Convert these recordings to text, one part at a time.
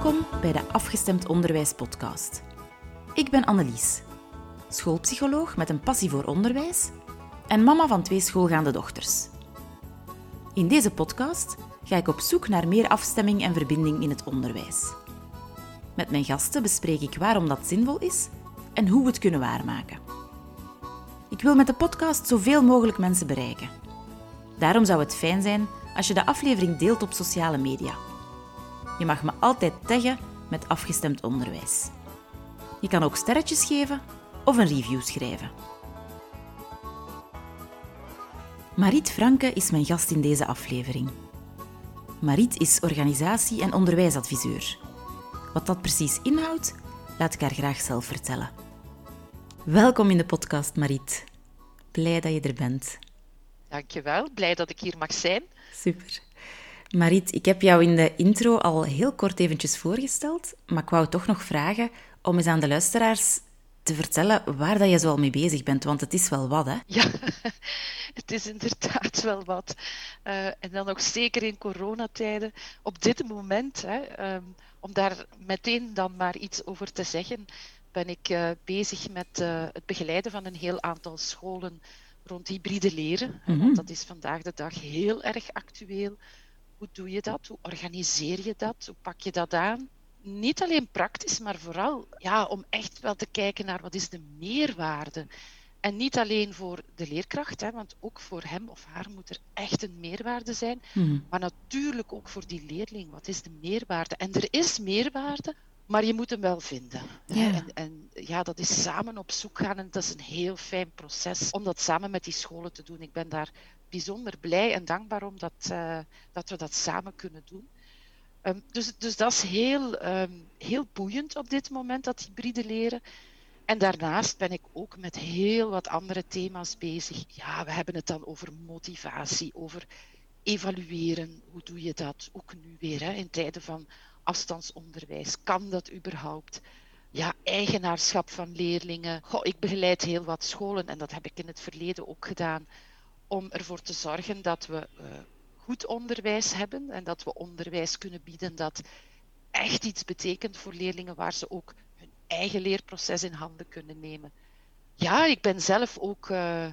Welkom bij de Afgestemd Onderwijs podcast. Ik ben Annelies, schoolpsycholoog met een passie voor onderwijs en mama van 2 schoolgaande dochters. In deze podcast ga ik op zoek naar meer afstemming en verbinding in het onderwijs. Met mijn gasten bespreek ik waarom dat zinvol is en hoe we het kunnen waarmaken. Ik wil met de podcast zoveel mogelijk mensen bereiken. Daarom zou het fijn zijn als je de aflevering deelt op sociale media. Je mag me altijd taggen met Afgestemd Onderwijs. Je kan ook sterretjes geven of een review schrijven. Mariet Franke is mijn gast in deze aflevering. Mariet is organisatie- en onderwijsadviseur. Wat dat precies inhoudt, laat ik haar graag zelf vertellen. Welkom in de podcast, Mariet. Blij dat je er bent. Dankjewel, blij dat ik hier mag zijn. Super. Mariet, ik heb jou in de intro al heel kort eventjes voorgesteld, maar ik wou toch nog vragen om eens aan de luisteraars te vertellen waar dat je zo al mee bezig bent, want het is wel wat, hè? Ja, het is inderdaad wel wat. En dan nog zeker in coronatijden. Op dit moment, om daar meteen dan maar iets over te zeggen, ben ik bezig met het begeleiden van een heel aantal scholen rond hybride leren. Want dat is vandaag de dag heel erg actueel. Hoe doe je dat? Hoe organiseer je dat? Hoe pak je dat aan? Niet alleen praktisch, maar vooral om echt wel te kijken naar wat is de meerwaarde. En niet alleen voor de leerkracht, want ook voor hem of haar moet er echt een meerwaarde zijn. Maar natuurlijk ook voor die leerling. Wat is de meerwaarde? En er is meerwaarde, maar je moet hem wel vinden. Ja. En dat is samen op zoek gaan. En dat is een heel fijn proces om dat samen met die scholen te doen. Ik ben daar bijzonder blij en dankbaar om dat we dat samen kunnen doen. Dus dat is heel boeiend op dit moment, dat hybride leren. En daarnaast ben ik ook met heel wat andere thema's bezig. Ja, we hebben het dan over motivatie, over evalueren. Hoe doe je dat? Ook nu weer, in tijden van afstandsonderwijs. Kan dat überhaupt? Ja, eigenaarschap van leerlingen. Ik begeleid heel wat scholen en dat heb ik in het verleden ook gedaan. Om ervoor te zorgen dat we goed onderwijs hebben en dat we onderwijs kunnen bieden dat echt iets betekent voor leerlingen, waar ze ook hun eigen leerproces in handen kunnen nemen. Ja, ik heb zelf ook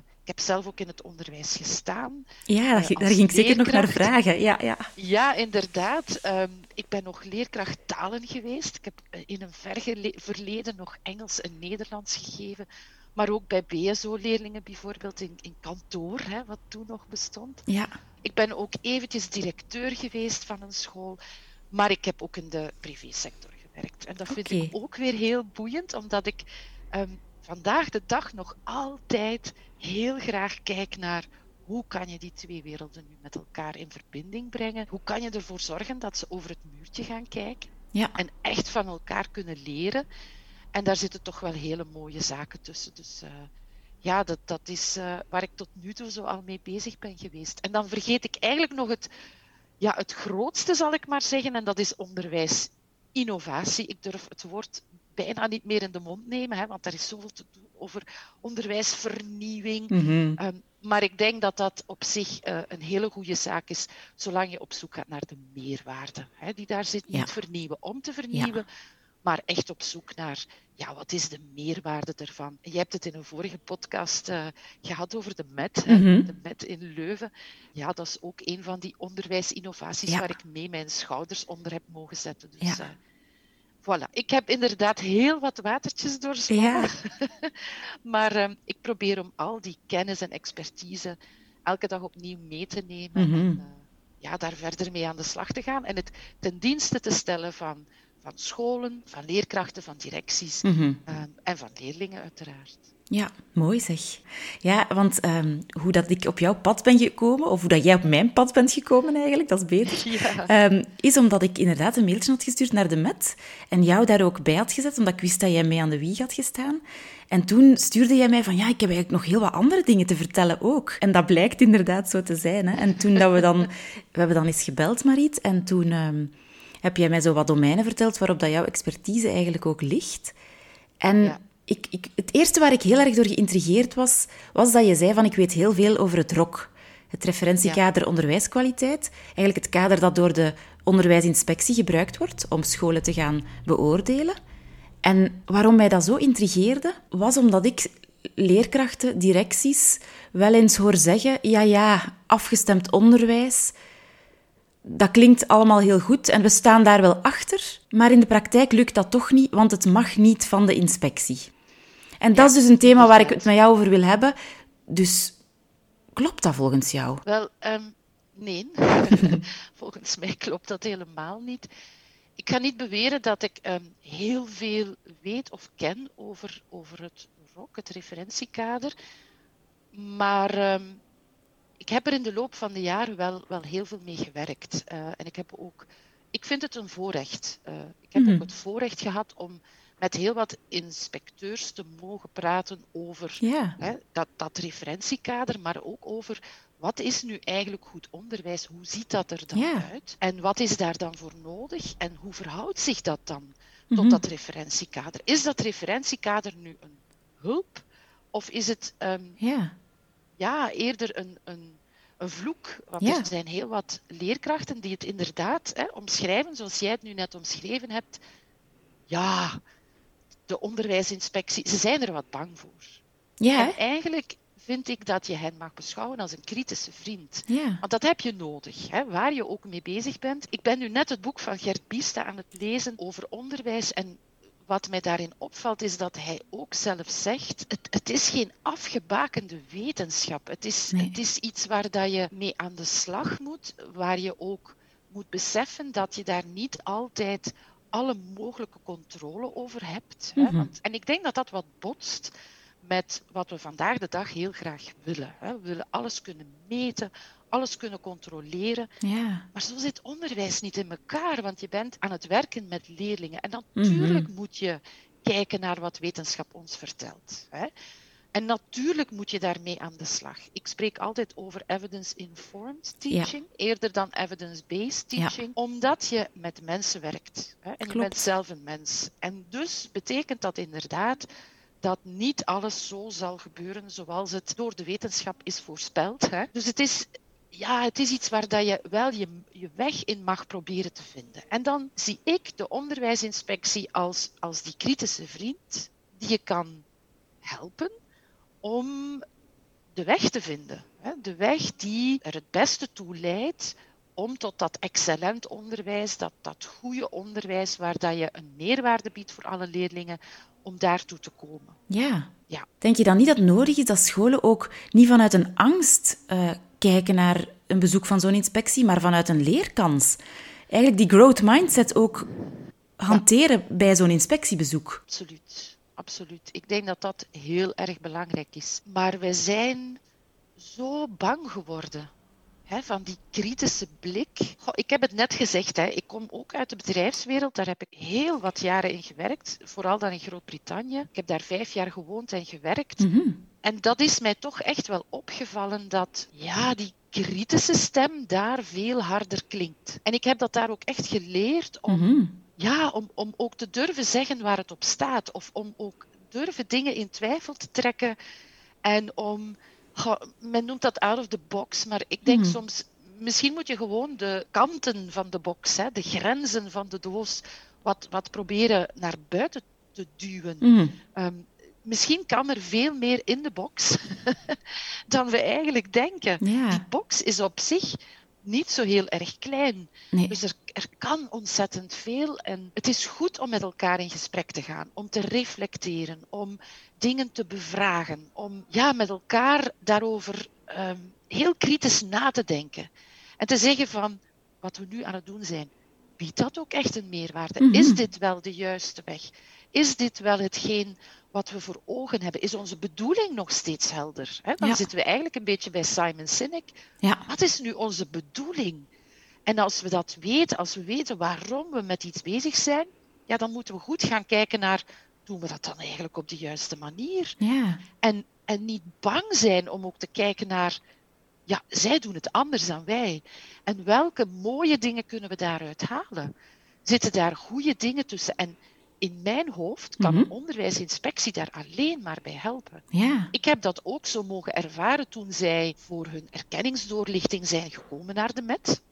in het onderwijs gestaan. Ja, daar ging ik zeker nog naar vragen. Ja, inderdaad. Ik ben nog leerkracht talen geweest. Ik heb in een verleden nog Engels en Nederlands gegeven. Maar ook bij BSO-leerlingen bijvoorbeeld in kantoor, wat toen nog bestond. Ja. Ik ben ook eventjes directeur geweest van een school. Maar ik heb ook in de privésector gewerkt. En dat vind ik ook weer heel boeiend, omdat ik vandaag de dag nog altijd heel graag kijk naar hoe kan je die 2 werelden nu met elkaar in verbinding brengen? Hoe kan je ervoor zorgen dat ze over het muurtje gaan kijken en echt van elkaar kunnen leren? En daar zitten toch wel hele mooie zaken tussen. Dus dat is waar ik tot nu toe zo al mee bezig ben geweest. En dan vergeet ik eigenlijk nog het grootste, zal ik maar zeggen, en dat is onderwijsinnovatie. Ik durf het woord bijna niet meer in de mond nemen, want er is zoveel te doen over onderwijsvernieuwing. Maar ik denk dat dat op zich een hele goede zaak is, zolang je op zoek gaat naar de meerwaarde die daar zit. Niet vernieuwen om te vernieuwen, maar echt op zoek naar, wat is de meerwaarde ervan? Je hebt het in een vorige podcast gehad over de MET, de MET in Leuven. Ja, dat is ook een van die onderwijsinnovaties waar ik mee mijn schouders onder heb mogen zetten. Dus voilà. Ik heb inderdaad heel wat watertjes doorswommen. Maar ik probeer om al die kennis en expertise elke dag opnieuw mee te nemen. En daar verder mee aan de slag te gaan. En het ten dienste te stellen van scholen, van leerkrachten, van directies en van leerlingen uiteraard. Ja, mooi zeg. Ja, want hoe dat ik op jouw pad ben gekomen, of hoe dat jij op mijn pad bent gekomen eigenlijk, dat is beter, is omdat ik inderdaad een mailtje had gestuurd naar de MET en jou daar ook bij had gezet, omdat ik wist dat jij mee aan de wieg had gestaan. En toen stuurde jij mij van, ik heb eigenlijk nog heel wat andere dingen te vertellen ook. En dat blijkt inderdaad zo te zijn. Hè. En toen we hebben dan eens gebeld, Mariet, en toen heb jij mij zo wat domeinen verteld waarop dat jouw expertise eigenlijk ook ligt. En het eerste waar ik heel erg door geïntrigeerd was dat je zei van ik weet heel veel over het ROC. Het referentiekader onderwijskwaliteit. Eigenlijk het kader dat door de onderwijsinspectie gebruikt wordt om scholen te gaan beoordelen. En waarom mij dat zo intrigeerde, was omdat ik leerkrachten, directies wel eens hoor zeggen, ja, afgestemd onderwijs, dat klinkt allemaal heel goed en we staan daar wel achter, maar in de praktijk lukt dat toch niet, want het mag niet van de inspectie. En dat is dus een thema waar ik het met jou over wil hebben. Dus klopt dat volgens jou? Wel, nee. Volgens mij klopt dat helemaal niet. Ik ga niet beweren dat ik heel veel weet of ken over het ROC, het referentiekader. Maar ik heb er in de loop van de jaren wel heel veel mee gewerkt. En ik vind het een voorrecht. Ik heb ook het voorrecht gehad om met heel wat inspecteurs te mogen praten over dat referentiekader, maar ook over wat is nu eigenlijk goed onderwijs, hoe ziet dat er dan uit en wat is daar dan voor nodig en hoe verhoudt zich dat dan tot dat referentiekader? Is dat referentiekader nu een hulp of is het eerder een vloek? Want er zijn heel wat leerkrachten die het inderdaad omschrijven zoals jij het nu net omschreven hebt. Ja, de onderwijsinspectie, ze zijn er wat bang voor. Ja, en eigenlijk vind ik dat je hen mag beschouwen als een kritische vriend. Ja. Want dat heb je nodig, waar je ook mee bezig bent. Ik ben nu net het boek van Gert Biesta aan het lezen over onderwijs. En wat mij daarin opvalt is dat hij ook zelf zegt, het is geen afgebakende wetenschap. Het is iets waar dat je mee aan de slag moet, waar je ook moet beseffen dat je daar niet altijd alle mogelijke controle over hebt. En ik denk dat dat wat botst met wat we vandaag de dag heel graag willen. We willen alles kunnen meten, alles kunnen controleren. Ja. Maar zo zit onderwijs niet in elkaar, want je bent aan het werken met leerlingen. En natuurlijk moet je kijken naar wat wetenschap ons vertelt. En natuurlijk moet je daarmee aan de slag. Ik spreek altijd over evidence-informed teaching, eerder dan evidence-based teaching, omdat je met mensen werkt. En je bent zelf een mens. En dus betekent dat inderdaad dat niet alles zo zal gebeuren zoals het door de wetenschap is voorspeld. Dus het is iets waar dat je wel je weg in mag proberen te vinden. En dan zie ik de onderwijsinspectie als die kritische vriend die je kan helpen om de weg te vinden. De weg die er het beste toe leidt om tot dat excellent onderwijs, dat goede onderwijs waar dat je een meerwaarde biedt voor alle leerlingen, om daartoe te komen. Ja. Denk je dan niet dat het nodig is dat scholen ook niet vanuit een angst kijken naar een bezoek van zo'n inspectie, maar vanuit een leerkans? Eigenlijk die growth mindset ook hanteren bij zo'n inspectiebezoek. Absoluut. Ik denk dat dat heel erg belangrijk is. Maar wij zijn zo bang geworden van die kritische blik. Ik heb het net gezegd, ik kom ook uit de bedrijfswereld. Daar heb ik heel wat jaren in gewerkt. Vooral dan in Groot-Brittannië. Ik heb daar 5 jaar gewoond en gewerkt. En dat is mij toch echt wel opgevallen dat die kritische stem daar veel harder klinkt. En ik heb dat daar ook echt geleerd om ook te durven zeggen waar het op staat. Of om ook durven dingen in twijfel te trekken. En om, men noemt dat out of the box, maar ik denk soms, misschien moet je gewoon de kanten van de box, de grenzen van de doos, wat proberen naar buiten te duwen. Misschien kan er veel meer in de box dan we eigenlijk denken. Ja. Die box is op zich niet zo heel erg klein. Nee. Dus er kan ontzettend veel. En het is goed om met elkaar in gesprek te gaan. Om te reflecteren. Om dingen te bevragen. Om met elkaar daarover heel kritisch na te denken. En te zeggen van, wat we nu aan het doen zijn, biedt dat ook echt een meerwaarde? Is dit wel de juiste weg? Is dit wel hetgeen wat we voor ogen hebben? Is onze bedoeling nog steeds helder? Dan zitten we eigenlijk een beetje bij Simon Sinek. Ja. Wat is nu onze bedoeling? En als we dat weten, als we weten waarom we met iets bezig zijn, dan moeten we goed gaan kijken naar, doen we dat dan eigenlijk op de juiste manier? Ja. En niet bang zijn om ook te kijken naar, zij doen het anders dan wij. En welke mooie dingen kunnen we daaruit halen? Zitten daar goede dingen tussen? En in mijn hoofd kan een onderwijsinspectie daar alleen maar bij helpen. Ja. Ik heb dat ook zo mogen ervaren toen zij voor hun erkenningsdoorlichting zijn gekomen naar de MET. Ja.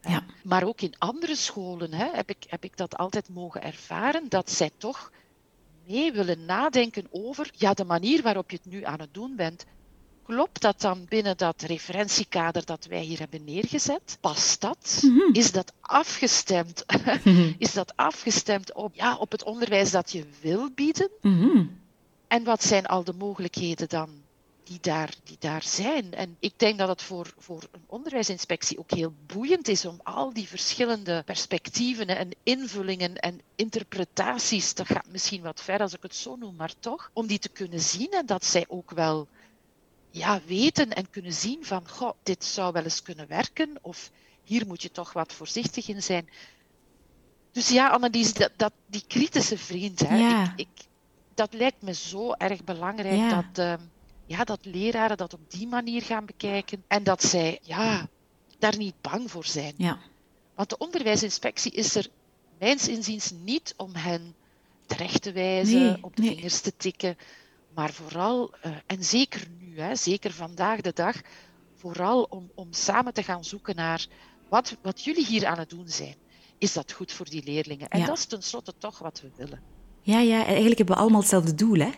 Maar ook in andere scholen heb ik dat altijd mogen ervaren, dat zij toch mee willen nadenken over de manier waarop je het nu aan het doen bent. Klopt dat dan binnen dat referentiekader dat wij hier hebben neergezet? Past dat? Mm-hmm. Is dat afgestemd? Is dat afgestemd op het onderwijs dat je wil bieden? Mm-hmm. En wat zijn al de mogelijkheden dan die daar zijn? En ik denk dat het voor een onderwijsinspectie ook heel boeiend is om al die verschillende perspectieven en invullingen en interpretaties, dat gaat misschien wat ver als ik het zo noem, maar toch, om die te kunnen zien en dat zij ook wel weten en kunnen zien van, dit zou wel eens kunnen werken, of hier moet je toch wat voorzichtig in zijn. Dus Annelies, die kritische vriend, dat lijkt me zo erg belangrijk dat leraren dat op die manier gaan bekijken en dat zij daar niet bang voor zijn. Ja. Want de onderwijsinspectie is er mijns inziens niet om hen terecht te wijzen, op de vingers te tikken, maar vooral, en zeker nu, zeker vandaag de dag, vooral om samen te gaan zoeken naar wat jullie hier aan het doen zijn. Is dat goed voor die leerlingen? En dat is tenslotte toch wat we willen. Ja, eigenlijk hebben we allemaal hetzelfde doel, hè?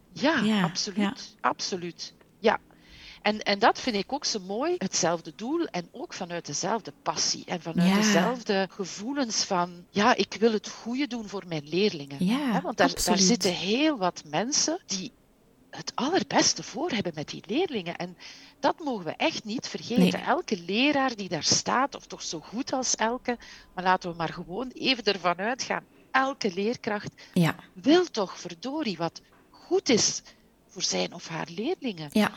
Ja, absoluut. Ja. Absoluut. Ja. En dat vind ik ook zo mooi. Hetzelfde doel en ook vanuit dezelfde passie. En vanuit dezelfde gevoelens van, ik wil het goede doen voor mijn leerlingen. Ja, want daar zitten heel wat mensen die het allerbeste voor hebben met die leerlingen. En dat mogen we echt niet vergeten. Nee. Elke leraar die daar staat, of toch zo goed als elke, maar laten we maar gewoon even ervan uitgaan, elke leerkracht wil toch verdorie wat goed is voor zijn of haar leerlingen. Ja.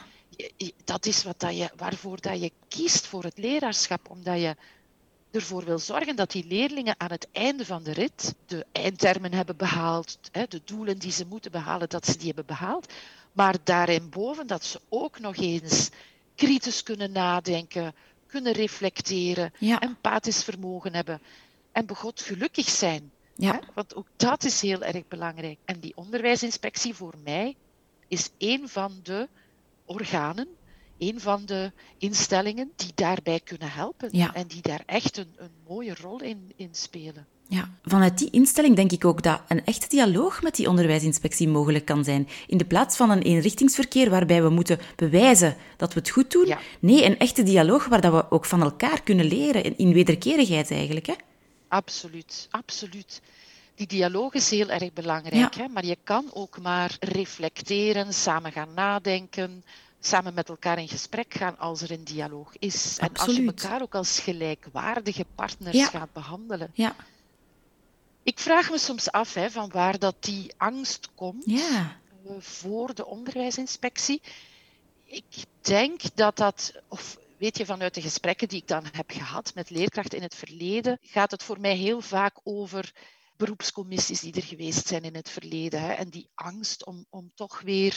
Dat is waarvoor dat je kiest voor het leraarschap, omdat je ervoor wil zorgen dat die leerlingen aan het einde van de rit de eindtermen hebben behaald, de doelen die ze moeten behalen, dat ze die hebben behaald. Maar daarinboven dat ze ook nog eens kritisch kunnen nadenken, kunnen reflecteren, empathisch vermogen hebben en begot gelukkig zijn. Ja. Want ook dat is heel erg belangrijk. En die onderwijsinspectie voor mij is één van de organen, een van de instellingen die daarbij kunnen helpen en die daar echt een mooie rol in spelen. Ja, vanuit die instelling denk ik ook dat een echte dialoog met die onderwijsinspectie mogelijk kan zijn. In de plaats van een eenrichtingsverkeer waarbij we moeten bewijzen dat we het goed doen. Ja. Nee, een echte dialoog waar dat we ook van elkaar kunnen leren, in wederkerigheid eigenlijk. Hè? Absoluut, absoluut. Die dialoog is heel erg belangrijk, hè? Maar je kan ook maar reflecteren, samen gaan nadenken, samen met elkaar in gesprek gaan als er een dialoog is. En als je elkaar ook als gelijkwaardige partners gaat behandelen. Ja. Ik vraag me soms af van waar dat die angst komt voor de onderwijsinspectie. Ik denk of weet je, vanuit de gesprekken die ik dan heb gehad met leerkrachten in het verleden, gaat het voor mij heel vaak over beroepscommissies die er geweest zijn in het verleden. Hè, en die angst om toch weer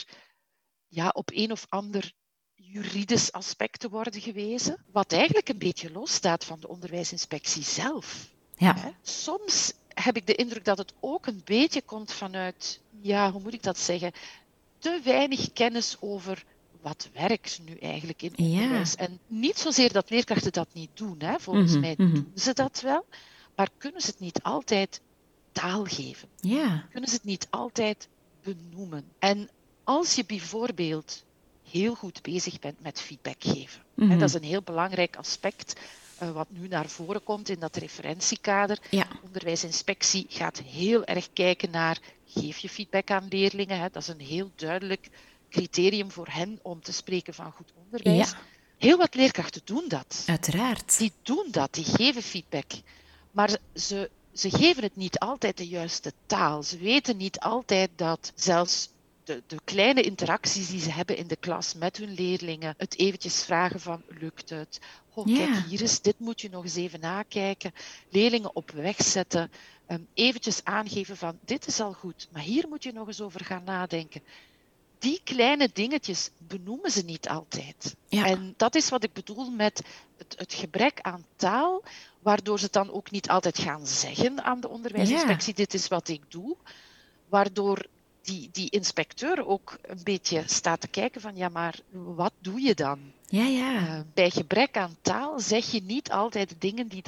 op een of ander juridisch aspect te worden gewezen. Wat eigenlijk een beetje losstaat van de onderwijsinspectie zelf. Ja. Hè. Soms heb ik de indruk dat het ook een beetje komt vanuit, hoe moet ik dat zeggen, te weinig kennis over wat werkt nu eigenlijk in onderwijs. En niet zozeer dat leerkrachten dat niet doen. Hè. Volgens mij doen ze dat wel. Maar kunnen ze het niet altijd taal geven? Ja. Kunnen ze het niet altijd benoemen? En als je bijvoorbeeld heel goed bezig bent met feedback geven. Hè, dat is een heel belangrijk aspect wat nu naar voren komt in dat referentiekader. Ja. Onderwijsinspectie gaat heel erg kijken naar, geef je feedback aan leerlingen. Hè? Dat is een heel duidelijk criterium voor hen om te spreken van goed onderwijs. Ja. Heel wat leerkrachten doen dat. Uiteraard. Die doen dat, die geven feedback. Maar ze geven het niet altijd de juiste taal. Ze weten niet altijd dat zelfs de kleine interacties die ze hebben in de klas met hun leerlingen, het eventjes vragen van, lukt het? Kijk, hier is, dit moet je nog eens even nakijken. Leerlingen op weg zetten. Eventjes aangeven van, dit is al goed, maar hier moet je nog eens over gaan nadenken. Die kleine dingetjes benoemen ze niet altijd. Ja. En dat is wat ik bedoel met het gebrek aan taal, waardoor ze het dan ook niet altijd gaan zeggen aan de onderwijsinspectie, dit is wat ik doe. Waardoor die inspecteur ook een beetje staat te kijken van, maar wat doe je dan? Ja. Bij gebrek aan taal zeg je niet altijd de dingen die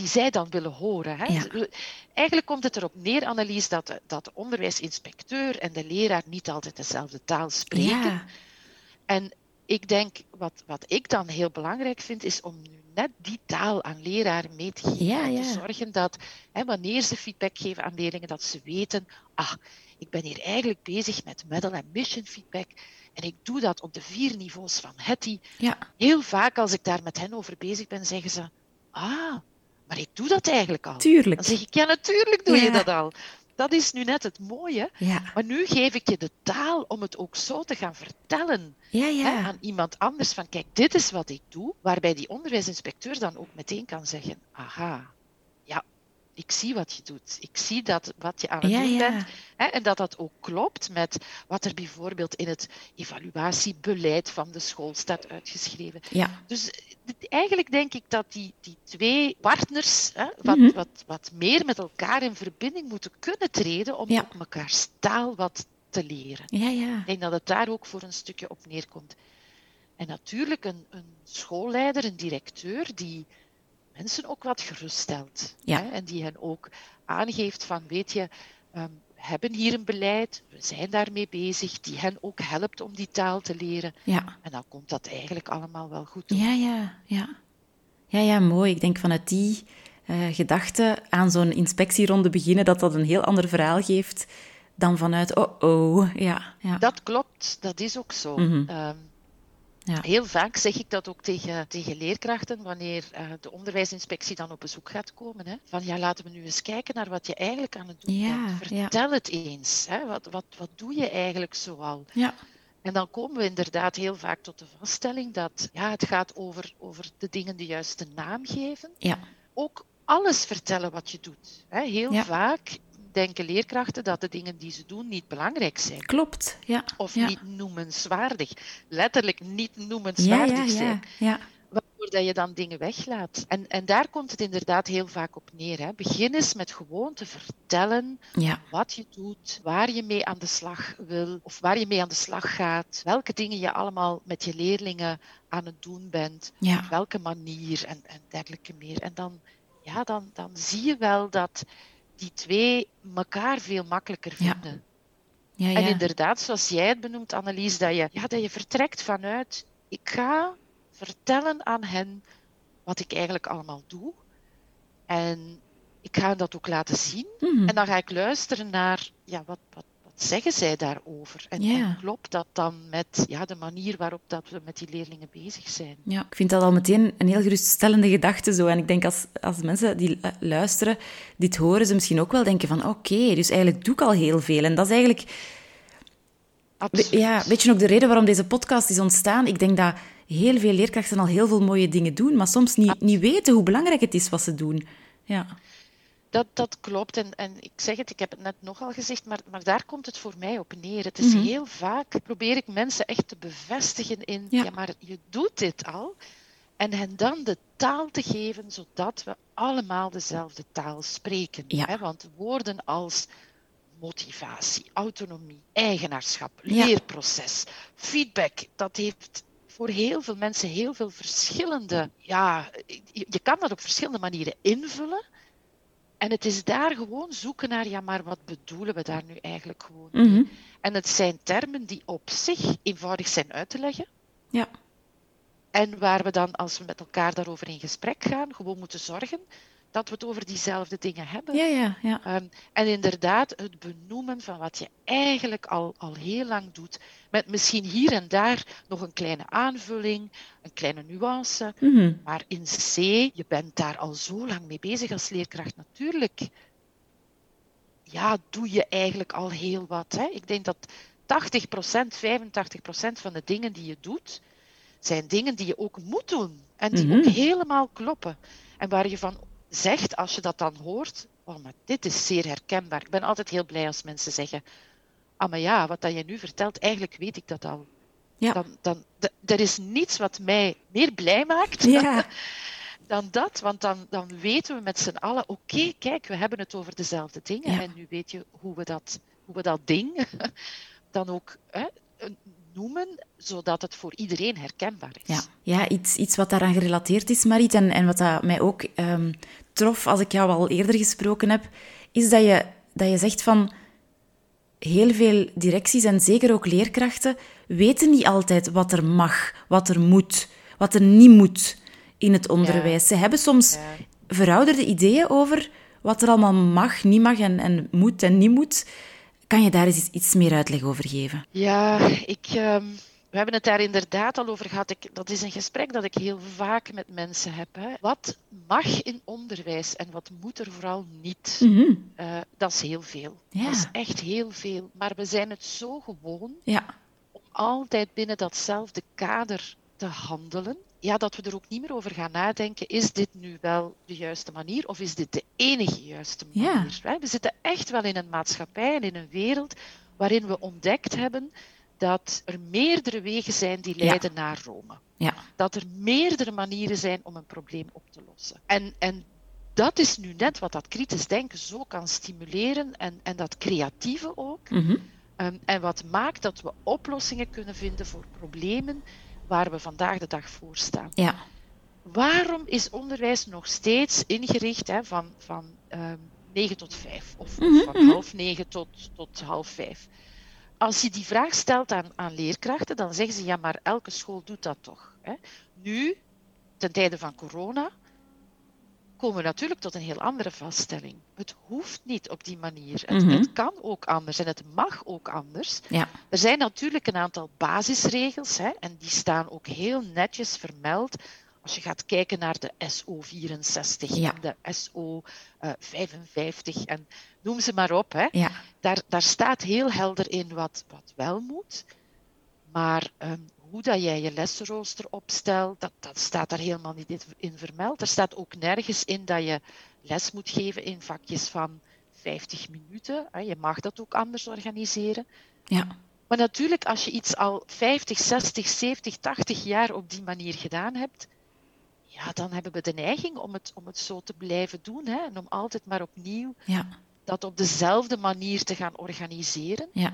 die zij dan willen horen. Hè? Ja. Eigenlijk komt het erop neer, Annelies, dat de onderwijsinspecteur en de leraar niet altijd dezelfde taal spreken. Ja. En ik denk, wat ik dan heel belangrijk vind, is om nu net die taal aan leraren mee te geven. Ja, en ja. te zorgen dat, wanneer ze feedback geven aan leerlingen, dat ze weten, ik ben hier eigenlijk bezig met middle- en mission feedback. En ik doe dat op de 4 niveaus van Hattie. Ja. Heel vaak als ik daar met hen over bezig ben, zeggen ze, maar ik doe dat eigenlijk al. Tuurlijk. Dan zeg ik, ja, natuurlijk doe je dat al. Dat is nu net het mooie. Ja. Maar nu geef ik je de taal om het ook zo te gaan vertellen aan iemand anders. Van kijk, dit is wat ik doe. Waarbij die onderwijsinspecteur dan ook meteen kan zeggen, ja, ik zie wat je doet. Ik zie wat je aan het doen bent. En dat ook klopt met wat er bijvoorbeeld in het evaluatiebeleid van de school staat uitgeschreven. Ja. Dus eigenlijk denk ik dat die twee partners wat meer met elkaar in verbinding moeten kunnen treden om op mekaars taal wat te leren. Ja. Ik denk dat het daar ook voor een stukje op neerkomt. En natuurlijk een schoolleider, een directeur, die mensen ook wat geruststelt. En die hen ook aangeeft van, weet je, we hebben hier een beleid, we zijn daarmee bezig, die hen ook helpt om die taal te leren. Ja. En dan komt dat eigenlijk allemaal wel goed. Ja, mooi. Ik denk vanuit die gedachte aan zo'n inspectieronde beginnen, dat een heel ander verhaal geeft dan vanuit, ja. Dat klopt, dat is ook zo. Mm-hmm. Heel vaak zeg ik dat ook tegen leerkrachten, wanneer de onderwijsinspectie dan op bezoek gaat komen. Hè? Van laten we nu eens kijken naar wat je eigenlijk aan het doen bent. Vertel het eens. Hè? Wat doe je eigenlijk zoal? Ja. En dan komen we inderdaad heel vaak tot de vaststelling dat het gaat over de dingen de juiste naam geven. Ja. Ook alles vertellen wat je doet. Hè? Heel vaak denken leerkrachten dat de dingen die ze doen niet belangrijk zijn. Klopt, ja. Of niet noemenswaardig. Letterlijk niet noemenswaardig zijn. Ja. Waardoor dat je dan dingen weglaat. En daar komt het inderdaad heel vaak op neer. Hè. Begin eens met gewoon te vertellen wat je doet, waar je mee aan de slag wil, of waar je mee aan de slag gaat, welke dingen je allemaal met je leerlingen aan het doen bent, op welke manier en dergelijke meer. En dan zie je wel dat die twee elkaar veel makkelijker vinden. Ja. En inderdaad, zoals jij het benoemt, Annelies, dat je vertrekt vanuit, ik ga vertellen aan hen wat ik eigenlijk allemaal doe. En ik ga hen dat ook laten zien. Mm-hmm. En dan ga ik luisteren naar, wat zeggen zij daarover? En klopt dat dan met de manier waarop dat we met die leerlingen bezig zijn? Ja, ik vind dat al meteen een heel geruststellende gedachte zo. En ik denk als mensen die luisteren, dit horen, ze misschien ook wel denken van oké, dus eigenlijk doe ik al heel veel. En dat is eigenlijk... Absoluut. Weet je ook de reden waarom deze podcast is ontstaan? Ik denk dat heel veel leerkrachten al heel veel mooie dingen doen, maar soms niet weten hoe belangrijk het is wat ze doen. Ja. Dat klopt. En ik zeg het, ik heb het net nogal gezegd, maar daar komt het voor mij op neer. Het is heel vaak, probeer ik mensen echt te bevestigen in, maar je doet dit al. En hen dan de taal te geven, zodat we allemaal dezelfde taal spreken. Ja. Hè? Want woorden als motivatie, autonomie, eigenaarschap, leerproces, feedback, dat heeft voor heel veel mensen heel veel verschillende... je kan dat op verschillende manieren invullen. En het is daar gewoon zoeken naar, maar wat bedoelen we daar nu eigenlijk gewoon mee? Mm-hmm. En het zijn termen die op zich eenvoudig zijn uit te leggen. Ja. En waar we dan, als we met elkaar daarover in gesprek gaan, gewoon moeten zorgen dat we het over diezelfde dingen hebben. Ja. En inderdaad, het benoemen van wat je eigenlijk al heel lang doet, met misschien hier en daar nog een kleine aanvulling, een kleine nuance. Mm-hmm. Maar in C, je bent daar al zo lang mee bezig als leerkracht natuurlijk. Doe je eigenlijk al heel wat. Hè? Ik denk dat 80%, 85% van de dingen die je doet, zijn dingen die je ook moet doen. En die ook helemaal kloppen. En waar je van zegt, als je dat dan hoort, maar dit is zeer herkenbaar. Ik ben altijd heel blij als mensen zeggen, maar wat dat je nu vertelt, eigenlijk weet ik dat al. Ja. Er is niets wat mij meer blij maakt dan dat. Want dan weten we met z'n allen, oké, kijk, we hebben het over dezelfde dingen. En nu weet je hoe we dat ding dan ook noemen, zodat het voor iedereen herkenbaar is. Ja, iets wat daaraan gerelateerd is, Mariet, en wat dat mij ook trof als ik jou al eerder gesproken heb, is dat je zegt van heel veel directies en zeker ook leerkrachten weten niet altijd wat er mag, wat er moet, wat er niet moet in het onderwijs. Ze hebben soms verouderde ideeën over wat er allemaal mag, niet mag en moet en niet moet. Kan je daar eens iets meer uitleg over geven? Ja, we hebben het daar inderdaad al over gehad. Dat is een gesprek dat ik heel vaak met mensen heb. Hè. Wat mag in onderwijs en wat moet er vooral niet? Mm-hmm. Dat is heel veel. Ja. Dat is echt heel veel. Maar we zijn het zo gewoon om altijd binnen datzelfde kader te handelen. Ja, dat we er ook niet meer over gaan nadenken. Is dit nu wel de juiste manier of is dit de enige juiste manier? Ja. We zitten echt wel in een maatschappij en in een wereld waarin we ontdekt hebben dat er meerdere wegen zijn die leiden naar Rome. Ja. Dat er meerdere manieren zijn om een probleem op te lossen. En dat is nu net wat dat kritisch denken zo kan stimuleren en dat creatieve ook. Mm-hmm. En wat maakt dat we oplossingen kunnen vinden voor problemen waar we vandaag de dag voor staan. Ja. Waarom is onderwijs nog steeds ingericht van 9 tot 5 of van 8:30 tot 8:30? Als je die vraag stelt aan leerkrachten, dan zeggen ze, ja, maar elke school doet dat toch. Hè? Nu, ten tijde van corona, komen we natuurlijk tot een heel andere vaststelling. Het hoeft niet op die manier. Het kan ook anders en het mag ook anders. Ja. Er zijn natuurlijk een aantal basisregels, hè, en die staan ook heel netjes vermeld. Als je gaat kijken naar de SO 64 en de SO 55 en noem ze maar op. Hè. Ja. Daar staat heel helder in wat wel moet. Maar hoe dat jij je lesrooster opstelt, dat staat daar helemaal niet in vermeld. Er staat ook nergens in dat je les moet geven in vakjes van 50 minuten. Je mag dat ook anders organiseren. Ja. Maar natuurlijk, als je iets al 50, 60, 70, 80 jaar op die manier gedaan hebt, ja, dan hebben we de neiging om het zo te blijven doen. Hè? En om altijd maar opnieuw dat op dezelfde manier te gaan organiseren. Ja.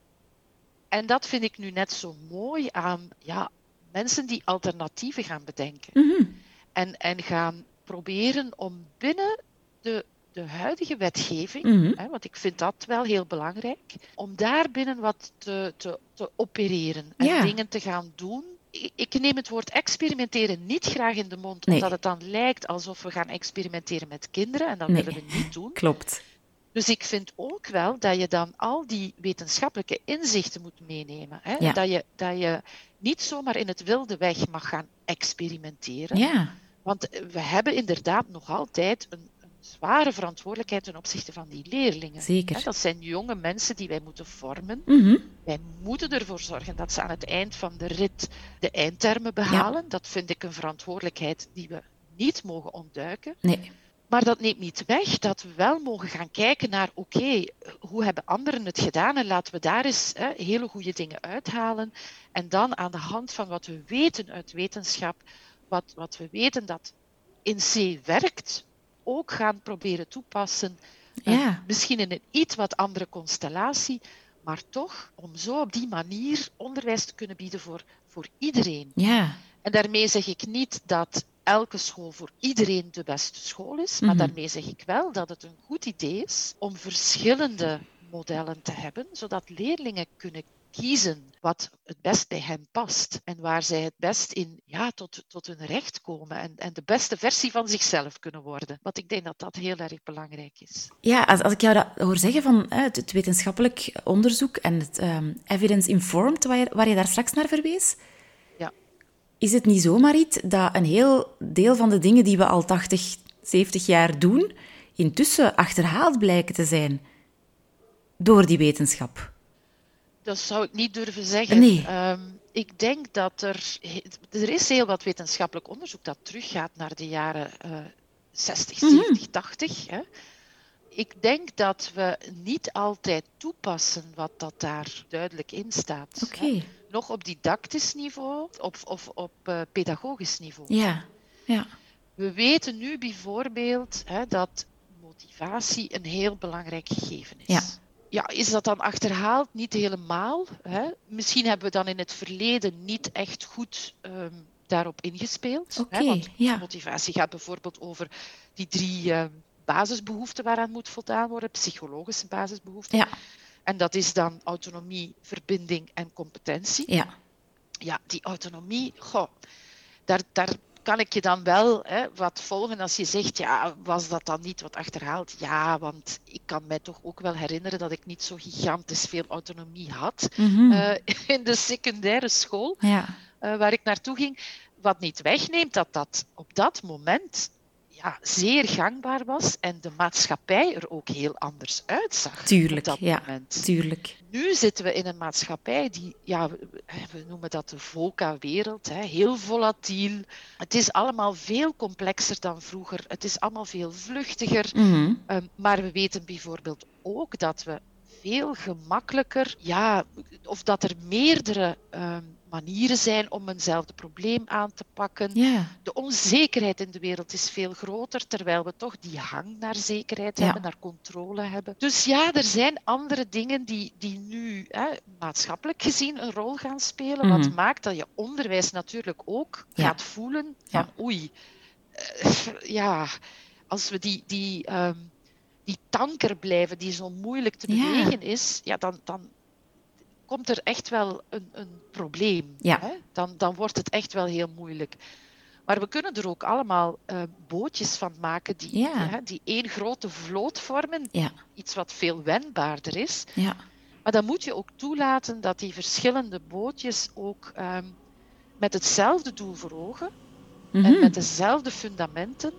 En dat vind ik nu net zo mooi aan mensen die alternatieven gaan bedenken. Mm-hmm. En gaan proberen om binnen de huidige wetgeving, want ik vind dat wel heel belangrijk, om daar binnen wat te opereren en dingen te gaan doen. Ik neem het woord experimenteren niet graag in de mond, omdat het dan lijkt alsof we gaan experimenteren met kinderen en dat willen we niet doen. Klopt. Dus ik vind ook wel dat je dan al die wetenschappelijke inzichten moet meenemen. Hè? Ja. Dat je niet zomaar in het wilde weg mag gaan experimenteren. Ja. Want we hebben inderdaad nog altijd een zware verantwoordelijkheid ten opzichte van die leerlingen. Zeker. Hè? Dat zijn jonge mensen die wij moeten vormen. Mm-hmm. Wij moeten ervoor zorgen dat ze aan het eind van de rit de eindtermen behalen. Ja. Dat vind ik een verantwoordelijkheid die we niet mogen ontduiken. Nee. Maar dat neemt niet weg dat we wel mogen gaan kijken naar, hoe hebben anderen het gedaan? En laten we daar eens hele goede dingen uithalen. En dan aan de hand van wat we weten uit wetenschap, wat we weten dat in C werkt, ook gaan proberen toepassen. Ja. Misschien in een iets wat andere constellatie, maar toch om zo op die manier onderwijs te kunnen bieden voor iedereen. Ja. En daarmee zeg ik niet dat elke school voor iedereen de beste school is. Maar daarmee zeg ik wel dat het een goed idee is om verschillende modellen te hebben, zodat leerlingen kunnen kiezen wat het best bij hen past. En waar zij het best in tot hun recht komen en de beste versie van zichzelf kunnen worden. Want ik denk dat dat heel erg belangrijk is. Ja, als ik jou dat hoor zeggen van het wetenschappelijk onderzoek en het evidence-informed, waar je daar straks naar verwees, is het niet zo, Mariet, dat een heel deel van de dingen die we al 80, 70 jaar doen, intussen achterhaald blijken te zijn door die wetenschap? Dat zou ik niet durven zeggen. Nee. Ik denk dat er is heel wat wetenschappelijk onderzoek dat teruggaat naar de jaren 60, 70, 80. Hè. Ik denk dat we niet altijd toepassen wat dat daar duidelijk in staat. Okay. Nog op didactisch niveau of op pedagogisch niveau. Ja. Ja. We weten nu bijvoorbeeld dat motivatie een heel belangrijk gegeven is. Ja. is dat dan achterhaald? Niet helemaal. Hè? Misschien hebben we dan in het verleden niet echt goed daarop ingespeeld. Okay, Want motivatie gaat bijvoorbeeld over die 3 basisbehoeften waaraan moet voldaan worden, psychologische basisbehoeften. Ja. En dat is dan autonomie, verbinding en competentie. Ja. Ja, die autonomie, daar kan ik je dan wel wat volgen als je zegt, ja, was dat dan niet wat achterhaald? Ja, want ik kan mij toch ook wel herinneren dat ik niet zo gigantisch veel autonomie had in de secundaire school waar ik naartoe ging. Wat niet wegneemt dat op dat moment zeer gangbaar was en de maatschappij er ook heel anders uitzag. Tuurlijk, op dat moment. Tuurlijk. Nu zitten we in een maatschappij die, we noemen dat de VUCA-wereld, heel volatiel. Het is allemaal veel complexer dan vroeger. Het is allemaal veel vluchtiger. Maar we weten bijvoorbeeld ook dat we veel gemakkelijker, of dat er meerdere manieren zijn om eenzelfde probleem aan te pakken. Yeah. De onzekerheid in de wereld is veel groter, terwijl we toch die hang naar zekerheid hebben, naar controle hebben. Dus er zijn andere dingen die nu maatschappelijk gezien een rol gaan spelen, wat maakt dat je onderwijs natuurlijk ook gaat voelen van als we die tanker blijven die zo moeilijk te bewegen is, dan komt er echt wel een probleem. Ja. Hè? Dan wordt het echt wel heel moeilijk. Maar we kunnen er ook allemaal bootjes van maken die één grote vloot vormen. Ja. Iets wat veel wendbaarder is. Ja. Maar dan moet je ook toelaten dat die verschillende bootjes ook met hetzelfde doel voor ogen en met dezelfde fundamenten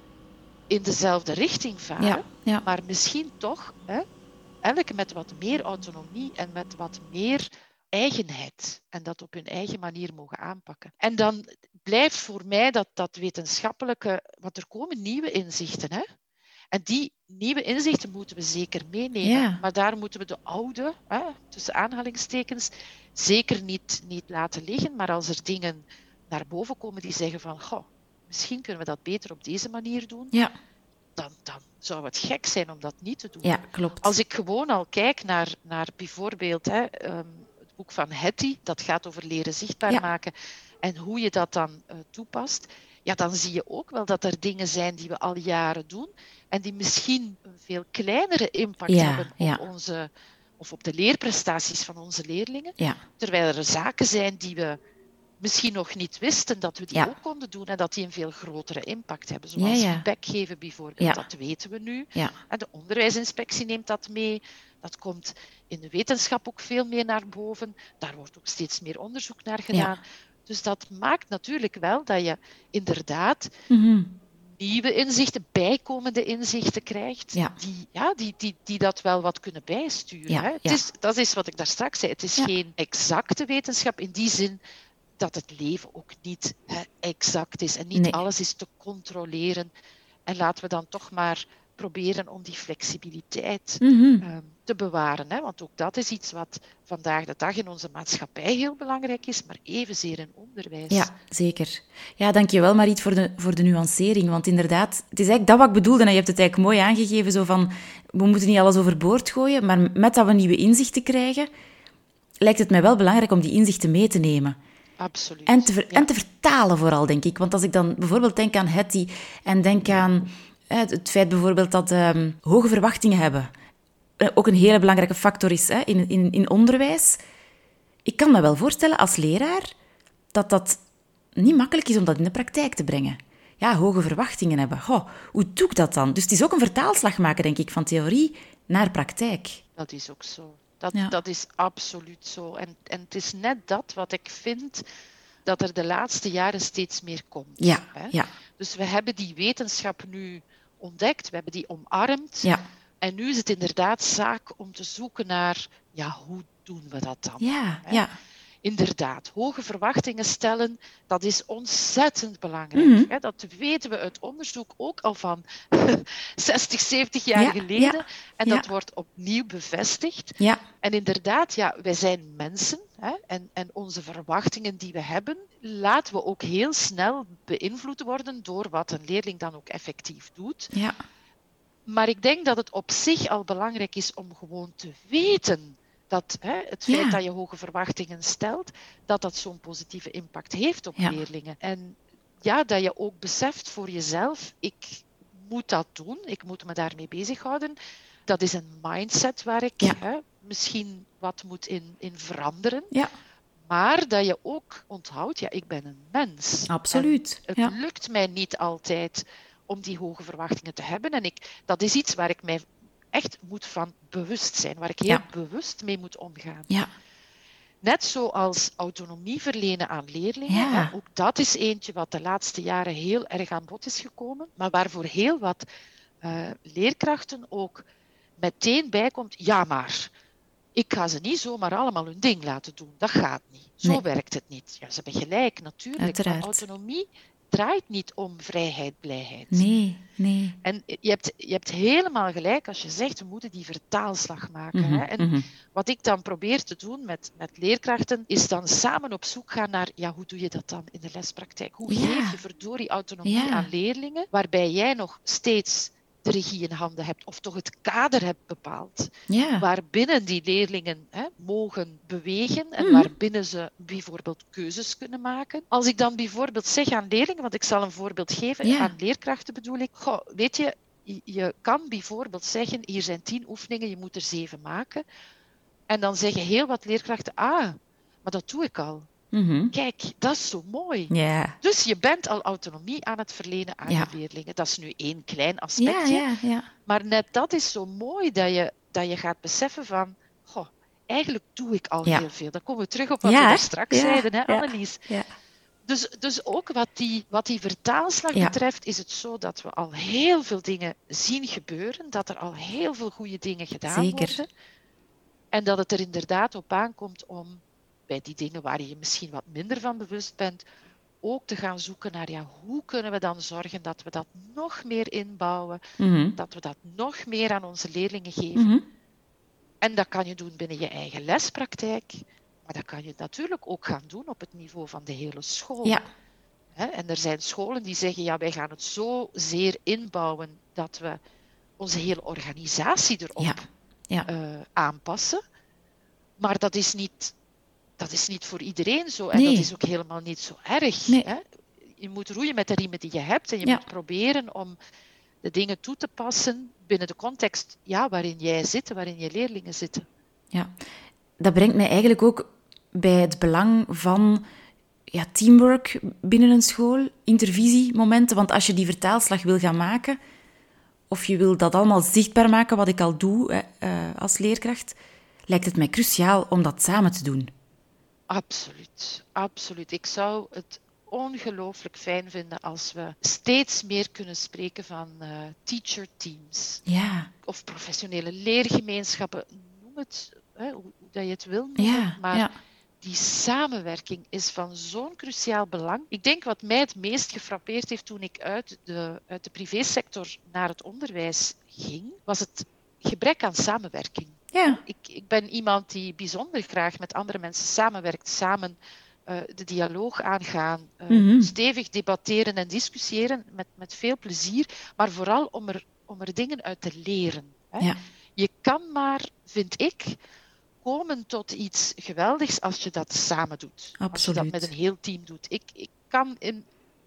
in dezelfde richting varen. Ja. Maar misschien toch elk met wat meer autonomie en met wat meer eigenheid. En dat op hun eigen manier mogen aanpakken. En dan blijft voor mij dat wetenschappelijke, want er komen nieuwe inzichten. Hè? En die nieuwe inzichten moeten we zeker meenemen. Ja. Maar daar moeten we de oude, tussen aanhalingstekens, zeker niet laten liggen. Maar als er dingen naar boven komen die zeggen van, misschien kunnen we dat beter op deze manier doen. Ja. Dan zou het gek zijn om dat niet te doen. Ja, klopt. Als ik gewoon al kijk naar bijvoorbeeld het boek van Hattie, dat gaat over leren zichtbaar maken en hoe je dat dan toepast, dan zie je ook wel dat er dingen zijn die we al jaren doen en die misschien een veel kleinere impact hebben op onze, of op de leerprestaties van onze leerlingen, terwijl er zaken zijn die we misschien nog niet wisten dat we die ook konden doen en dat die een veel grotere impact hebben. Zoals feedback geven bijvoorbeeld, dat weten we nu. Ja. En de onderwijsinspectie neemt dat mee. Dat komt in de wetenschap ook veel meer naar boven. Daar wordt ook steeds meer onderzoek naar gedaan. Ja. Dus dat maakt natuurlijk wel dat je inderdaad nieuwe inzichten, bijkomende inzichten krijgt, die dat wel wat kunnen bijsturen. Ja. Hè? Dat is wat ik daar straks zei. Het is geen exacte wetenschap in die zin dat het leven ook niet exact is en niet alles is te controleren. En laten we dan toch maar proberen om die flexibiliteit te bewaren. Hè? Want ook dat is iets wat vandaag de dag in onze maatschappij heel belangrijk is, maar evenzeer in onderwijs. Ja, zeker. Ja, dankjewel Mariet voor de nuancering. Want inderdaad, het is eigenlijk dat wat ik bedoelde. En je hebt het eigenlijk mooi aangegeven, zo van, we moeten niet alles overboord gooien, maar met dat we nieuwe inzichten krijgen, lijkt het mij wel belangrijk om die inzichten mee te nemen. Absoluut. En te vertalen vooral, denk ik. Want als ik dan bijvoorbeeld denk aan Hattie en denk aan het feit bijvoorbeeld dat hoge verwachtingen hebben ook een hele belangrijke factor is in onderwijs. Ik kan me wel voorstellen als leraar dat niet makkelijk is om dat in de praktijk te brengen. Ja, hoge verwachtingen hebben. Hoe doe ik dat dan? Dus het is ook een vertaalslag maken, denk ik, van theorie naar praktijk. Dat is ook zo. Dat is absoluut zo. En het is net dat wat ik vind dat er de laatste jaren steeds meer komt. Ja, hè? Ja. Dus we hebben die wetenschap nu ontdekt, we hebben die omarmd. Ja. En nu is het inderdaad zaak om te zoeken naar, hoe doen we dat dan? Ja, hè? ja. Inderdaad, hoge verwachtingen stellen, dat is ontzettend belangrijk. Hè? Dat weten we uit onderzoek ook al van 60, 70 jaar geleden. Ja, en dat wordt opnieuw bevestigd. Ja. En inderdaad, wij zijn mensen. Hè? En onze verwachtingen die we hebben, laten we ook heel snel beïnvloed worden door wat een leerling dan ook effectief doet. Ja. Maar ik denk dat het op zich al belangrijk is om gewoon te weten dat het feit dat je hoge verwachtingen stelt, dat zo'n positieve impact heeft op leerlingen. En ja, dat je ook beseft voor jezelf, ik moet dat doen, ik moet me daarmee bezighouden. Dat is een mindset waar ik misschien wat moet in veranderen. Ja. Maar dat je ook onthoudt, ik ben een mens. Absoluut. En het lukt mij niet altijd om die hoge verwachtingen te hebben. En dat is iets waar ik mij echt moet van bewust zijn, waar ik heel bewust mee moet omgaan. Ja. Net zoals autonomie verlenen aan leerlingen. Ja. Ook dat is eentje wat de laatste jaren heel erg aan bod is gekomen, maar waarvoor heel wat leerkrachten ook meteen bijkomt, ja maar, ik ga ze niet zomaar allemaal hun ding laten doen. Dat gaat niet. Zo werkt het niet. Ja, ze hebben gelijk, natuurlijk. Uiteraard. Maar autonomie draait niet om vrijheid, blijheid. Nee. En je hebt helemaal gelijk als je zegt, we moeten die vertaalslag maken. Hè? En wat ik dan probeer te doen met leerkrachten, is dan samen op zoek gaan naar, hoe doe je dat dan in de lespraktijk? Hoe geef je verdorie autonomie aan leerlingen, waarbij jij nog steeds de regie in handen hebt, of toch het kader hebt bepaald, waarbinnen die leerlingen mogen bewegen en waarbinnen ze bijvoorbeeld keuzes kunnen maken. Als ik dan bijvoorbeeld zeg aan leerlingen, want ik zal een voorbeeld geven, aan leerkrachten bedoel ik, weet je, je kan bijvoorbeeld zeggen, hier zijn 10 oefeningen, je moet er 7 maken. En dan zeggen heel wat leerkrachten, maar dat doe ik al. Kijk, dat is zo mooi. Yeah. Dus je bent al autonomie aan het verlenen aan je leerlingen. Dat is nu één klein aspectje. Maar net dat is zo mooi dat je gaat beseffen van, eigenlijk doe ik al heel veel. Dan komen we terug op wat we daar straks zeiden, hè, Annelies. Ja. Dus ook wat die vertaalslag betreft, is het zo dat we al heel veel dingen zien gebeuren. Dat er al heel veel goede dingen gedaan worden. En dat het er inderdaad op aankomt om bij die dingen waar je misschien wat minder van bewust bent, ook te gaan zoeken naar hoe kunnen we dan zorgen dat we dat nog meer inbouwen, dat we dat nog meer aan onze leerlingen geven. En dat kan je doen binnen je eigen lespraktijk, maar dat kan je natuurlijk ook gaan doen op het niveau van de hele school. Ja. En er zijn scholen die zeggen, wij gaan het zo zeer inbouwen dat we onze hele organisatie erop aanpassen. Maar dat is niet voor iedereen zo. En dat is ook helemaal niet zo erg. Nee. Hè? Je moet roeien met de riemen die je hebt. En je moet proberen om de dingen toe te passen binnen de context waarin jij zit, waarin je leerlingen zitten. Ja, dat brengt mij eigenlijk ook bij het belang van teamwork binnen een school, intervisiemomenten. Want als je die vertaalslag wil gaan maken, of je wil dat allemaal zichtbaar maken, wat ik al doe als leerkracht, lijkt het mij cruciaal om dat samen te doen. Absoluut, absoluut. Ik zou het ongelooflijk fijn vinden als we steeds meer kunnen spreken van teacher teams. Ja. Of professionele leergemeenschappen. Noem het hoe dat je het wil noemen. Maar die samenwerking is van zo'n cruciaal belang. Ik denk wat mij het meest gefrappeerd heeft toen ik uit de privésector naar het onderwijs ging, was het gebrek aan samenwerking. Ja. Ik ben iemand die bijzonder graag met andere mensen samenwerkt, samen de dialoog aangaan, stevig debatteren en discussiëren met veel plezier, maar vooral om er dingen uit te leren. Hè. Ja. Je kan maar, vind ik, komen tot iets geweldigs als je dat samen doet. Absoluut. Als je dat met een heel team doet. Ik kan in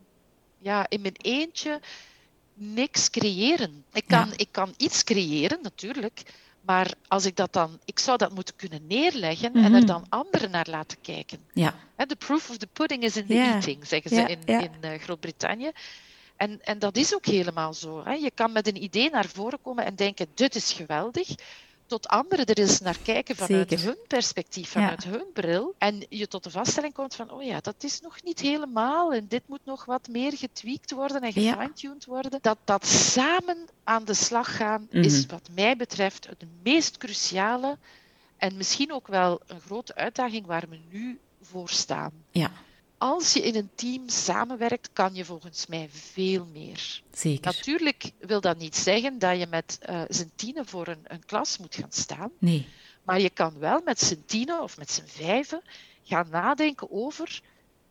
mijn eentje niks creëren. Ik kan iets creëren, natuurlijk. Maar als ik zou dat moeten kunnen neerleggen en er dan anderen naar laten kijken. Ja. The proof of the pudding is in the eating, zeggen ze in Groot-Brittannië. En dat is ook helemaal zo. Hè. Je kan met een idee naar voren komen en denken, dit is geweldig. Tot anderen er eens naar kijken vanuit hun perspectief, vanuit hun bril. En je tot de vaststelling komt van, dat is nog niet helemaal. En dit moet nog wat meer getweakt worden en gefine-tuned worden. Dat samen aan de slag gaan is wat mij betreft het meest cruciale. En misschien ook wel een grote uitdaging waar we nu voor staan. Ja. Als je in een team samenwerkt, kan je volgens mij veel meer. Zeker. Natuurlijk wil dat niet zeggen dat je met z'n tienen voor een klas moet gaan staan. Nee. Maar je kan wel met z'n tienen of met z'n vijven gaan nadenken over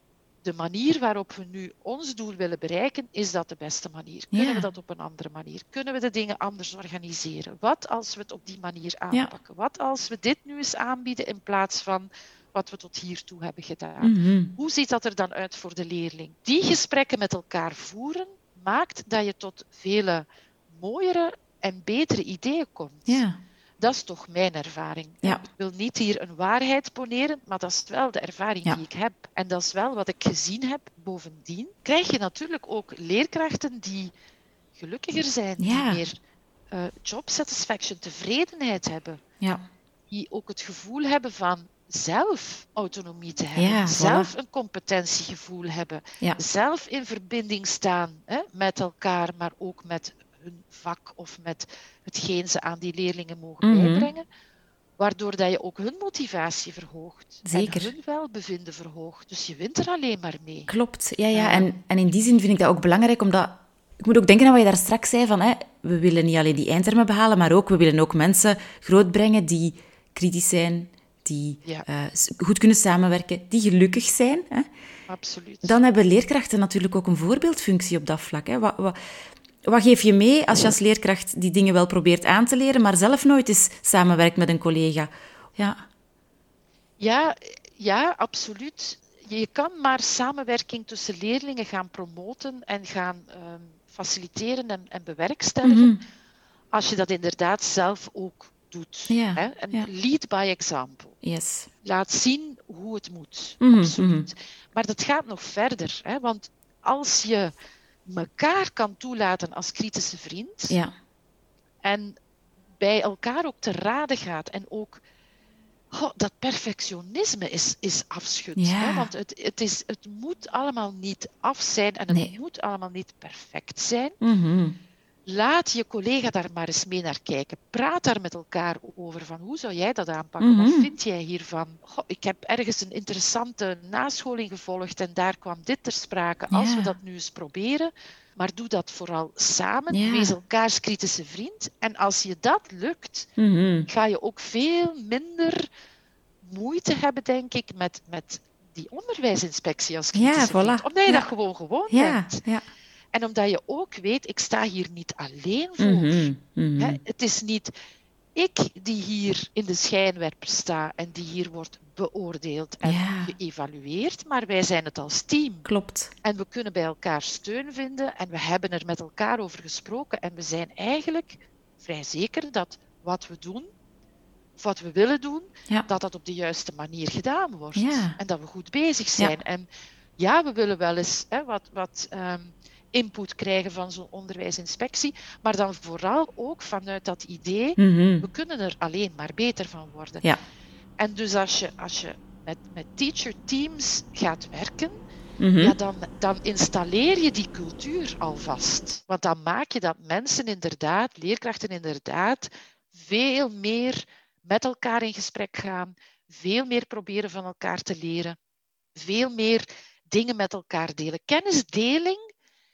de manier waarop we nu ons doel willen bereiken, is dat de beste manier? Kunnen we dat op een andere manier? Kunnen we de dingen anders organiseren? Wat als we het op die manier aanpakken? Wat als we dit nu eens aanbieden in plaats van wat we tot hiertoe hebben gedaan? Hoe ziet dat er dan uit voor de leerling? Die gesprekken met elkaar voeren, maakt dat je tot vele mooiere en betere ideeën komt. Ja. Dat is toch mijn ervaring. Ja. Ik wil niet hier een waarheid poneren, maar dat is wel de ervaring die ik heb. En dat is wel wat ik gezien heb. Bovendien krijg je natuurlijk ook leerkrachten die gelukkiger zijn, die meer job satisfaction, tevredenheid hebben. Ja. Die ook het gevoel hebben van zelf autonomie te hebben, zelf een competentiegevoel hebben, zelf in verbinding staan met elkaar, maar ook met hun vak of met hetgeen ze aan die leerlingen mogen bijbrengen, waardoor dat je ook hun motivatie verhoogt. Zeker. En hun welbevinden verhoogt. Dus je wint er alleen maar mee. Klopt, ja. En in die zin vind ik dat ook belangrijk, omdat ik moet ook denken aan wat je daar straks zei, van we willen niet alleen die eindtermen behalen, maar we willen ook mensen grootbrengen die kritisch zijn, die goed kunnen samenwerken, die gelukkig zijn. Hè. Absoluut. Dan hebben leerkrachten natuurlijk ook een voorbeeldfunctie op dat vlak. Hè. Wat geef je mee als je als leerkracht die dingen wel probeert aan te leren, maar zelf nooit eens samenwerkt met een collega? Ja, absoluut. Je kan maar samenwerking tussen leerlingen gaan promoten en gaan faciliteren en bewerkstelligen als je dat inderdaad zelf ook doet. Lead by example. Yes. Laat zien hoe het moet. Absoluut. Maar dat gaat nog verder. Want als je elkaar kan toelaten als kritische vriend en bij elkaar ook te raden gaat en ook dat perfectionisme is afschud. Want het moet allemaal niet af zijn en het moet allemaal niet perfect zijn. Laat je collega daar maar eens mee naar kijken. Praat daar met elkaar over van hoe zou jij dat aanpakken? Wat vind jij hiervan? Ik heb ergens een interessante nascholing gevolgd en daar kwam dit ter sprake. Als we dat nu eens proberen, maar doe dat vooral samen. Wees elkaars kritische vriend. En als je dat lukt, ga je ook veel minder moeite hebben, denk ik, met die onderwijsinspectie als kritische vriend. Omdat je dat gewoon bent. Ja. En omdat je ook weet, ik sta hier niet alleen voor. Het is niet ik die hier in de schijnwerper sta en die hier wordt beoordeeld en geëvalueerd, maar wij zijn het als team. Klopt. En we kunnen bij elkaar steun vinden en we hebben er met elkaar over gesproken en we zijn eigenlijk vrij zeker dat wat we doen, of wat we willen doen, dat op de juiste manier gedaan wordt. En dat we goed bezig zijn. En we willen wel eens wat input krijgen van zo'n onderwijsinspectie, maar dan vooral ook vanuit dat idee, we kunnen er alleen maar beter van worden. Ja. En dus als je met teacher teams gaat werken, dan installeer je die cultuur alvast. Want dan maak je dat mensen inderdaad, leerkrachten inderdaad, veel meer met elkaar in gesprek gaan, veel meer proberen van elkaar te leren, veel meer dingen met elkaar delen. Kennisdeling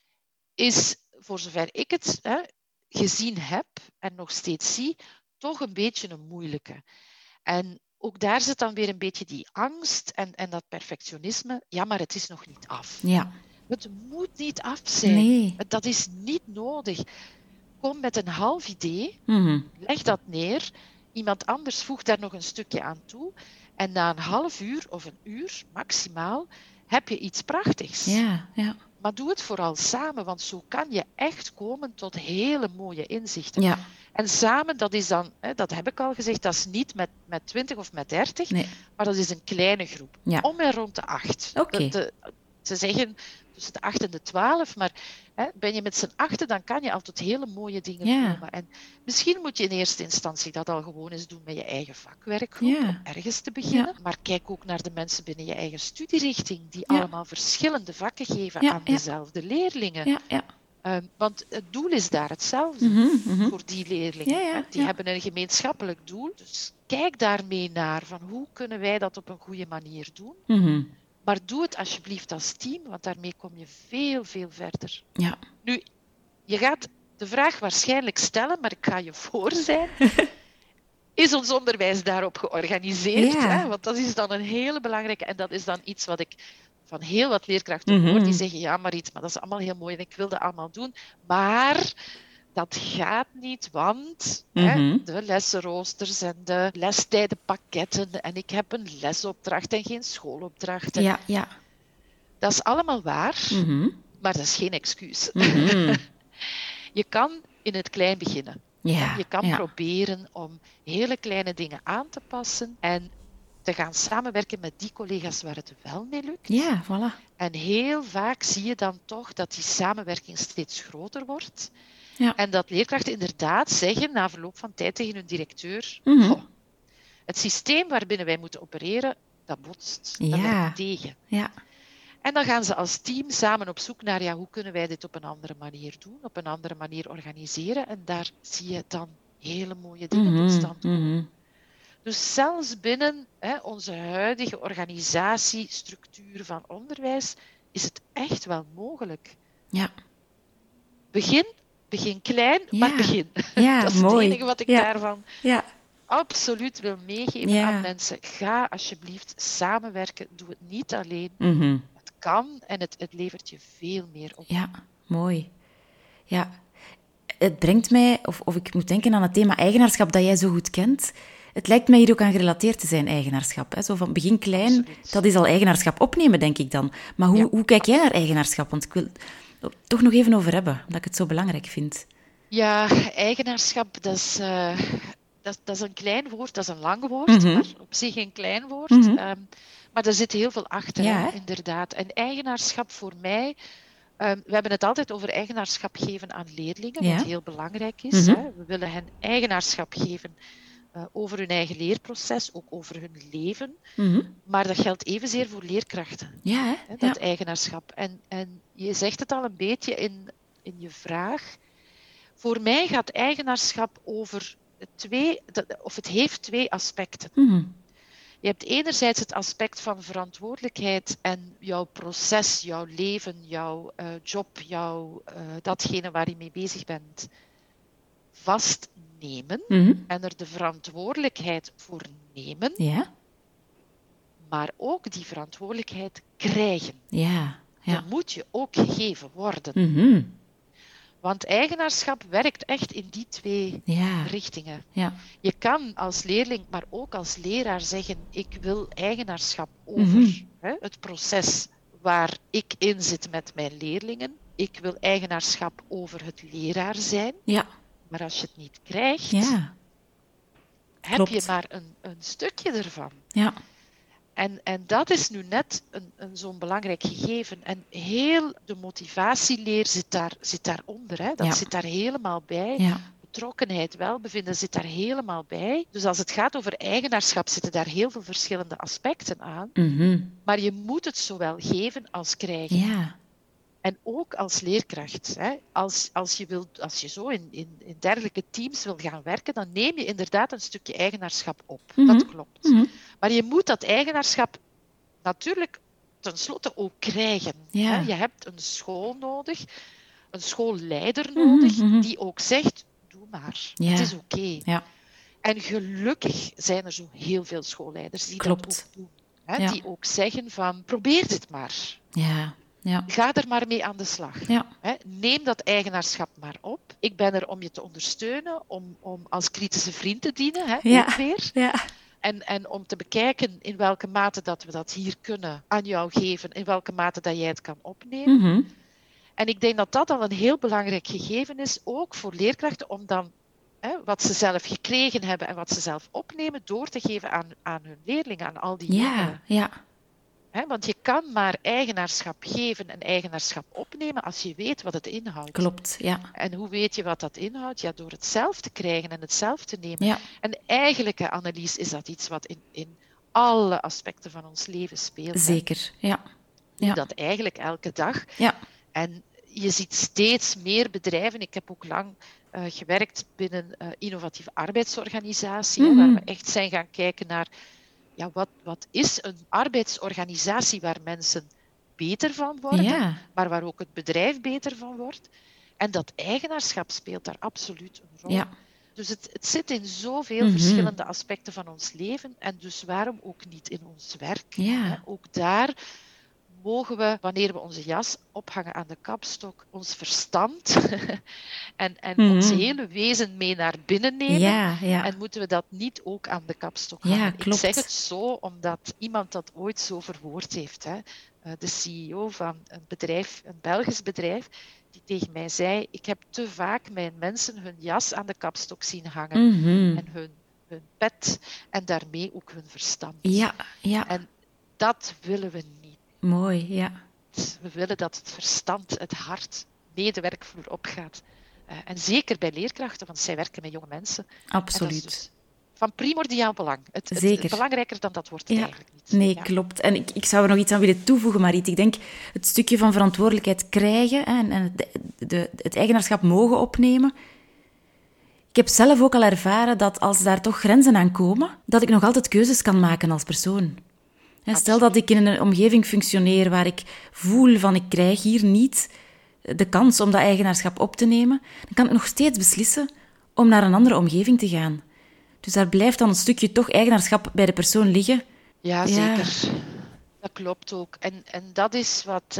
is, voor zover ik het gezien heb en nog steeds zie, toch een beetje een moeilijke. En ook daar zit dan weer een beetje die angst en dat perfectionisme. Ja, maar het is nog niet af. Ja. Het moet niet af zijn. Nee. Dat is niet nodig. Kom met een half idee, leg dat neer. Iemand anders voegt daar nog een stukje aan toe. En na een half uur of een uur maximaal heb je iets prachtigs. Ja. Maar doe het vooral samen, want zo kan je echt komen tot hele mooie inzichten. Ja. En samen, dat is dan, dat heb ik al gezegd, dat is niet met 20 of met 30, maar dat is een kleine groep. Ja. Om en rond de 8. Okay. Ze zeggen tussen de 8 en de 12, maar ben je met z'n 8, dan kan je al tot hele mooie dingen komen. En misschien moet je in eerste instantie dat al gewoon eens doen met je eigen vakwerkgroep, om ergens te beginnen. Maar kijk ook naar de mensen binnen je eigen studierichting, die allemaal verschillende vakken geven aan dezelfde leerlingen. Want het doel is daar hetzelfde voor die leerlingen. Die hebben een gemeenschappelijk doel. Dus kijk daarmee naar van hoe kunnen wij dat op een goede manier doen. Maar doe het alsjeblieft als team, want daarmee kom je veel, veel verder. Ja. Nu, je gaat de vraag waarschijnlijk stellen, maar ik ga je voor zijn. Is ons onderwijs daarop georganiseerd? Ja. Want dat is dan een hele belangrijke, en dat is dan iets wat ik van heel wat leerkrachten hoor, die zeggen, ja Mariet, maar dat is allemaal heel mooi en ik wil dat allemaal doen, maar dat gaat niet, want de lessenroosters en de lestijdenpakketten en ik heb een lesopdracht en geen schoolopdracht. Ja. Dat is allemaal waar, maar dat is geen excuus. Je kan in het klein beginnen. Ja, je kan proberen om hele kleine dingen aan te passen en te gaan samenwerken met die collega's waar het wel mee lukt. Ja, voilà. En heel vaak zie je dan toch dat die samenwerking steeds groter wordt. Ja. En dat leerkrachten inderdaad zeggen na verloop van tijd tegen hun directeur, het systeem waarbinnen wij moeten opereren, dat botst. Dat werkt tegen. Ja. En dan gaan ze als team samen op zoek naar hoe kunnen wij dit op een andere manier doen, op een andere manier organiseren. En daar zie je dan hele mooie dingen tot stand komen. Dus zelfs binnen onze huidige organisatiestructuur van onderwijs is het echt wel mogelijk. Ja. Begin klein, maar begin. Ja, dat is mooi. het enige wat ik daarvan Ja. absoluut wil meegeven aan mensen. Ga alsjeblieft samenwerken. Doe het niet alleen. Het kan en het levert je veel meer op. Ja, mooi. Ja. Het brengt mij, of ik moet denken aan het thema eigenaarschap dat jij zo goed kent. Het lijkt mij hier ook aan gerelateerd te zijn, eigenaarschap. Hè? Zo van begin klein, absoluut. Dat is al eigenaarschap opnemen, denk ik dan. Maar hoe kijk jij naar eigenaarschap? Want ik wil het toch nog even over hebben, omdat ik het zo belangrijk vind. Ja, eigenaarschap, dat is een klein woord, dat is een lang woord, maar op zich een klein woord. Maar er zit heel veel achter, inderdaad. En eigenaarschap voor mij... we hebben het altijd over eigenaarschap geven aan leerlingen, wat heel belangrijk is. Hè? We willen hen eigenaarschap geven over hun eigen leerproces, ook over hun leven. Maar dat geldt evenzeer voor leerkrachten, dat eigenaarschap. En je zegt het al een beetje in je vraag. Voor mij gaat eigenaarschap over het heeft twee aspecten. Je hebt enerzijds het aspect van verantwoordelijkheid en jouw proces, jouw leven, jouw job, datgene waar je mee bezig bent, vastnemen en er de verantwoordelijkheid voor nemen, maar ook die verantwoordelijkheid krijgen. Dan moet je ook gegeven worden. Want eigenaarschap werkt echt in die twee richtingen. Je kan als leerling, maar ook als leraar zeggen, ik wil eigenaarschap over het proces waar ik in zit met mijn leerlingen. Ik wil eigenaarschap over het leraar zijn. Maar als je het niet krijgt, heb je maar een stukje ervan. En dat is nu net een zo'n belangrijk gegeven. En heel de motivatieleer zit daaronder. Hè? Dat zit daar helemaal bij. Betrokkenheid, welbevinden zit daar helemaal bij. Dus als het gaat over eigenaarschap zitten daar heel veel verschillende aspecten aan. Maar je moet het zowel geven als krijgen. En ook als leerkracht. Hè? Als je zo in dergelijke teams wil gaan werken, dan neem je inderdaad een stukje eigenaarschap op. Dat klopt. Maar je moet dat eigenaarschap natuurlijk tenslotte ook krijgen. Hè? Je hebt een school nodig, een schoolleider nodig, die ook zegt, doe maar, het is oké. En gelukkig zijn er zo heel veel schoolleiders die dat ook doen. Hè? Die ook zeggen van, probeer dit maar. Ga er maar mee aan de slag. Neem dat eigenaarschap maar op. Ik ben er om je te ondersteunen, om als kritische vriend te dienen, ook weer. En om te bekijken in welke mate dat we dat hier kunnen aan jou geven, in welke mate dat jij het kan opnemen. En ik denk dat dat al een heel belangrijk gegeven is, ook voor leerkrachten, om dan wat ze zelf gekregen hebben en wat ze zelf opnemen, door te geven aan hun leerlingen, aan al die jongeren. Want je kan maar eigenaarschap geven en eigenaarschap opnemen als je weet wat het inhoudt. Klopt, En hoe weet je wat dat inhoudt? Ja, door het zelf te krijgen en het zelf te nemen. En eigenlijk, Annelies, is dat iets wat in alle aspecten van ons leven speelt. Zeker, Doe dat eigenlijk elke dag. En je ziet steeds meer bedrijven. Ik heb ook lang gewerkt binnen innovatieve arbeidsorganisatie, waar we echt zijn gaan kijken naar... wat is een arbeidsorganisatie waar mensen beter van worden, maar waar ook het bedrijf beter van wordt. En dat eigenaarschap speelt daar absoluut een rol. Dus het zit in zoveel verschillende aspecten van ons leven en dus waarom ook niet in ons werk. Ook daar mogen we, wanneer we onze jas ophangen aan de kapstok, ons verstand en ons hele wezen mee naar binnen nemen. Ja, ja. En moeten we dat niet ook aan de kapstok hangen? Ja, klopt. Ik zeg het zo omdat iemand dat ooit zo verwoord heeft. Hè. De CEO van een bedrijf, een Belgisch bedrijf, die tegen mij zei, ik heb te vaak mijn mensen hun jas aan de kapstok zien hangen. En hun pet en daarmee ook hun verstand. Ja, ja. En dat willen we niet. Mooi, ja. We willen dat het verstand, het hart, mee de werkvloer opgaat. En zeker bij leerkrachten, want zij werken met jonge mensen. Absoluut. En dat is dus van primordiaal belang. Zeker. Belangrijker dan dat wordt het eigenlijk niet. Nee, klopt. En ik zou er nog iets aan willen toevoegen, Mariet. Ik denk het stukje van verantwoordelijkheid krijgen en het eigenaarschap mogen opnemen. Ik heb zelf ook al ervaren dat als daar toch grenzen aan komen, dat ik nog altijd keuzes kan maken als persoon. Stel dat ik in een omgeving functioneer waar ik voel van ik krijg hier niet de kans om dat eigenaarschap op te nemen, dan kan ik nog steeds beslissen om naar een andere omgeving te gaan. Dus daar blijft dan een stukje toch eigenaarschap bij de persoon liggen. Ja, zeker. Ja. Dat klopt ook. En dat is wat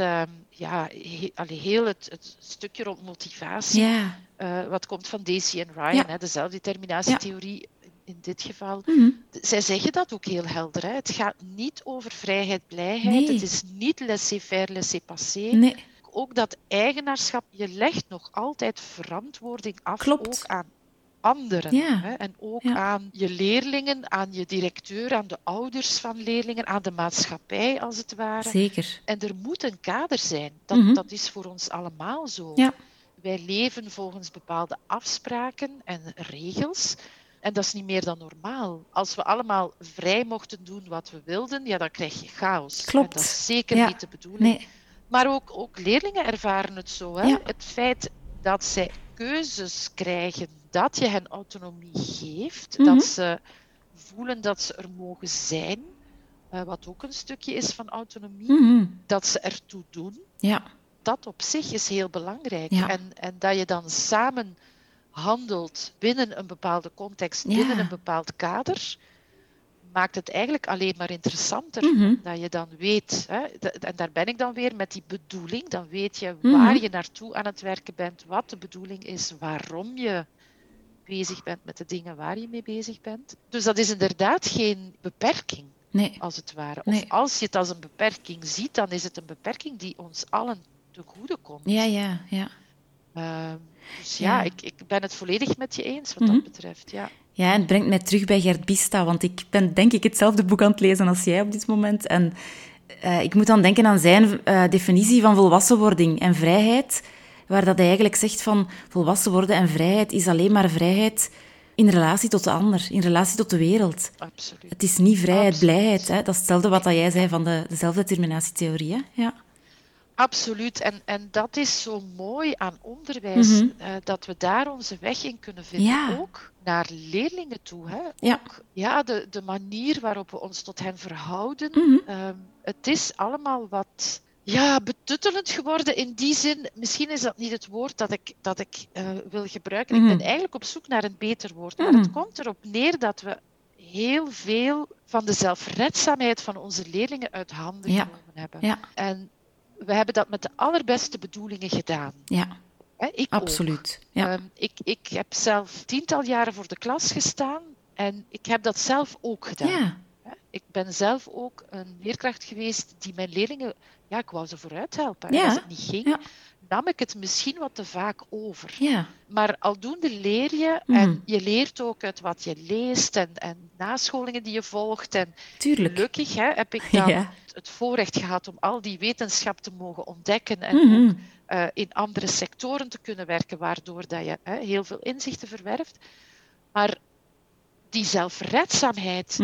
heel het stukje rond motivatie, wat komt van Dacey en Ryan, de zelfdeterminatietheorie in dit geval. Zij zeggen dat ook heel helder. Hè. Het gaat niet over vrijheid, blijheid. Nee. Het is niet laissez-faire, laissez-passer. Nee. Ook dat eigenaarschap, je legt nog altijd verantwoording af. Klopt. Ook aan anderen. Hè? En ook aan je leerlingen, aan je directeur, aan de ouders van leerlingen, aan de maatschappij als het ware. Zeker. En er moet een kader zijn. Dat is voor ons allemaal zo. Ja. Wij leven volgens bepaalde afspraken en regels. En dat is niet meer dan normaal. Als we allemaal vrij mochten doen wat we wilden, dan krijg je chaos. Klopt. En dat is zeker niet de bedoeling. Nee. Maar ook leerlingen ervaren het zo. Hè? Ja. Het feit dat zij keuzes krijgen, dat je hen autonomie geeft, dat ze voelen dat ze er mogen zijn, wat ook een stukje is van autonomie, dat ze ertoe doen, dat op zich is heel belangrijk. Ja. En dat je dan samen handelt binnen een bepaalde context, binnen een bepaald kader, maakt het eigenlijk alleen maar interessanter. Dat je dan weet, en daar ben ik dan weer met die bedoeling, dan weet je waar je naartoe aan het werken bent, wat de bedoeling is, waarom je bezig bent met de dingen waar je mee bezig bent. Dus dat is inderdaad geen beperking, als het ware. Of als je het als een beperking ziet, dan is het een beperking die ons allen te goede komt. Ja. Dus ik ben het volledig met je eens wat dat betreft, Ja, en het brengt mij terug bij Gert Bista, want ik ben denk ik hetzelfde boek aan het lezen als jij op dit moment. En ik moet dan denken aan zijn definitie van volwassenwording en vrijheid, waar dat hij eigenlijk zegt van volwassen worden en vrijheid is alleen maar vrijheid in relatie tot de ander, in relatie tot de wereld. Absoluut. Het is niet vrijheid, blijheid. Hè? Dat is hetzelfde wat jij zei van de zelfdeterminatietheorie. Hè? Ja. Absoluut. En dat is zo mooi aan onderwijs, dat we daar onze weg in kunnen vinden. Ook naar leerlingen toe. Hè? Ook de manier waarop we ons tot hen verhouden. Het is allemaal wat betuttelend geworden in die zin. Misschien is dat niet het woord dat ik wil gebruiken. Ik ben eigenlijk op zoek naar een beter woord. Maar het komt erop neer dat we heel veel van de zelfredzaamheid van onze leerlingen uit handen genomen hebben. Ja. En we hebben dat met de allerbeste bedoelingen gedaan. Ja, ik absoluut. Ja. Ik heb zelf 10-tal jaren voor de klas gestaan en ik heb dat zelf ook gedaan. Ja. Ik ben zelf ook een leerkracht geweest die mijn leerlingen, ik wou ze vooruit helpen. En als het niet ging, nam ik het misschien wat te vaak over. Ja. Maar aldoende leer je, en je leert ook uit wat je leest en nascholingen die je volgt. En tuurlijk. Gelukkig heb ik dan het voorrecht gehad om al die wetenschap te mogen ontdekken en ook in andere sectoren te kunnen werken, waardoor dat je heel veel inzichten verwerft. Maar die zelfredzaamheid,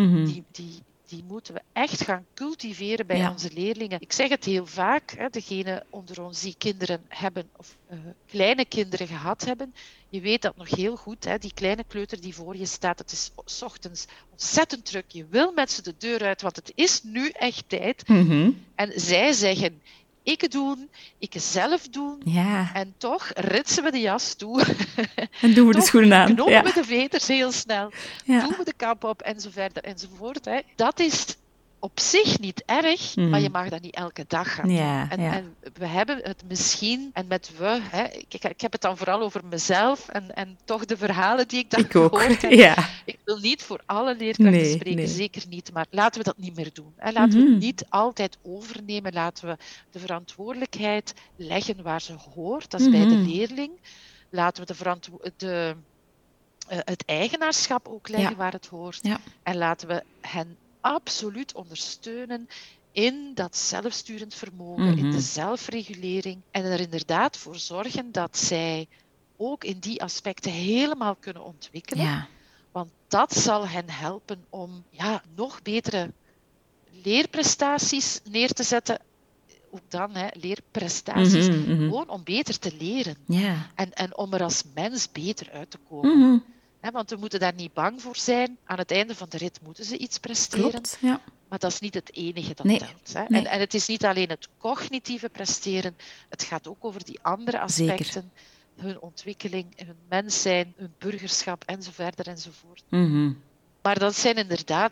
die moeten we echt gaan cultiveren bij onze leerlingen. Ik zeg het heel vaak, degenen onder ons die kinderen hebben of kleine kinderen gehad hebben, je weet dat nog heel goed, die kleine kleuter die voor je staat, het is 's ochtends ontzettend druk, je wil met ze de deur uit, want het is nu echt tijd. En zij zeggen, ik doen, ik zelf doen, en toch ritsen we de jas toe. En doen we de schoenen aan. Knopen we de veters heel snel, doen we de kap op, en zo verder enzovoort. Dat is op zich niet erg, maar je mag dat niet elke dag gaan doen. En we hebben het misschien, en met we, hè, ik heb het dan vooral over mezelf en toch de verhalen die ik dan gehoord heb. Ja. Ik wil niet voor alle leerkrachten spreken, zeker niet, maar laten we dat niet meer doen. Hè. Laten we het niet altijd overnemen, laten we de verantwoordelijkheid leggen waar ze hoort, dat is bij de leerling. Laten we het eigenaarschap ook leggen waar het hoort. Ja. En laten we hen absoluut ondersteunen in dat zelfsturend vermogen, in de zelfregulering. En er inderdaad voor zorgen dat zij ook in die aspecten helemaal kunnen ontwikkelen. Ja. Want dat zal hen helpen om nog betere leerprestaties neer te zetten. Ook dan, leerprestaties. Gewoon om beter te leren. Ja. En om er als mens beter uit te komen. Want we moeten daar niet bang voor zijn. Aan het einde van de rit moeten ze iets presteren. Klopt, ja. Maar dat is niet het enige dat telt. Hè. Nee. En het is niet alleen het cognitieve presteren. Het gaat ook over die andere aspecten. Zeker. Hun ontwikkeling, hun mens zijn, hun burgerschap enzovoort enzovoort. Maar dat zijn inderdaad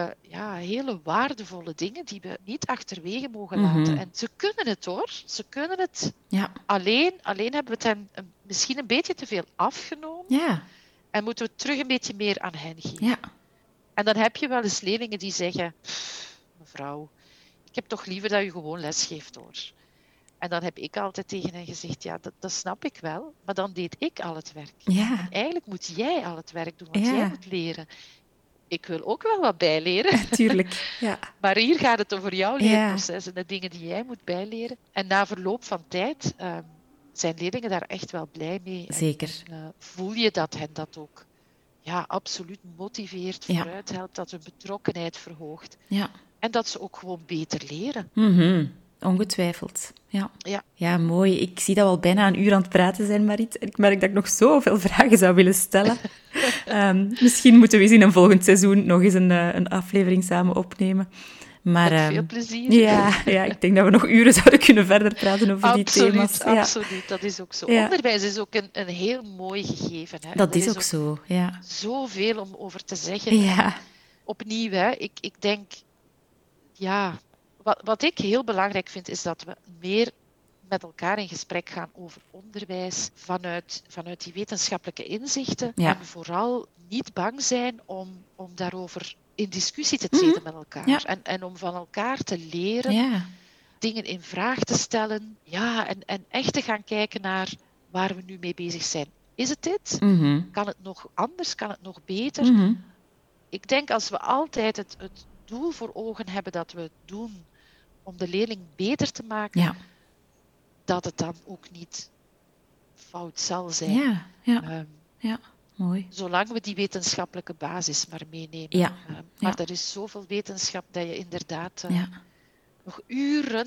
hele waardevolle dingen die we niet achterwege mogen laten. En ze kunnen het hoor. Ze kunnen het. Ja. Alleen hebben we het hen misschien een beetje te veel afgenomen. Ja. En moeten we terug een beetje meer aan hen geven. Ja. En dan heb je wel eens leerlingen die zeggen... Mevrouw, ik heb toch liever dat u gewoon les geeft hoor. En dan heb ik altijd tegen hen gezegd... Ja, dat snap ik wel. Maar dan deed ik al het werk. Ja. En eigenlijk moet jij al het werk doen. Want jij moet leren. Ik wil ook wel wat bijleren. Tuurlijk, ja. Maar hier gaat het over jouw leerproces. En de dingen die jij moet bijleren. En na verloop van tijd... zijn leerlingen daar echt wel blij mee. Zeker. En voel je dat hen dat ook absoluut motiveert, vooruit helpt, dat hun betrokkenheid verhoogt. Ja. En dat ze ook gewoon beter leren. Ongetwijfeld. Ja, mooi. Ik zie dat we al bijna een uur aan het praten zijn, Mariet. Ik merk dat ik nog zoveel vragen zou willen stellen. Misschien moeten we eens in een volgend seizoen nog eens een aflevering samen opnemen. Maar, met veel plezier. Ja, ik denk dat we nog uren zouden kunnen verder praten over die thema's. Absoluut, dat is ook zo. Ja. Onderwijs is ook een heel mooi gegeven. Hè. Dat is ook zo, ja. Zoveel om over te zeggen. Ja. Opnieuw, hè, ik denk... Ja, wat ik heel belangrijk vind, is dat we meer met elkaar in gesprek gaan over onderwijs vanuit die wetenschappelijke inzichten. Ja. En vooral niet bang zijn om daarover in discussie te treden met elkaar. Ja. En om van elkaar te leren, dingen in vraag te stellen. Ja, en echt te gaan kijken naar waar we nu mee bezig zijn. Is het dit? Kan het nog anders? Kan het nog beter? Ik denk als we altijd het doel voor ogen hebben dat we het doen om de leerling beter te maken, dat het dan ook niet fout zal zijn. Ja. Mooi. Zolang we die wetenschappelijke basis maar meenemen. Maar er is zoveel wetenschap dat je inderdaad nog uren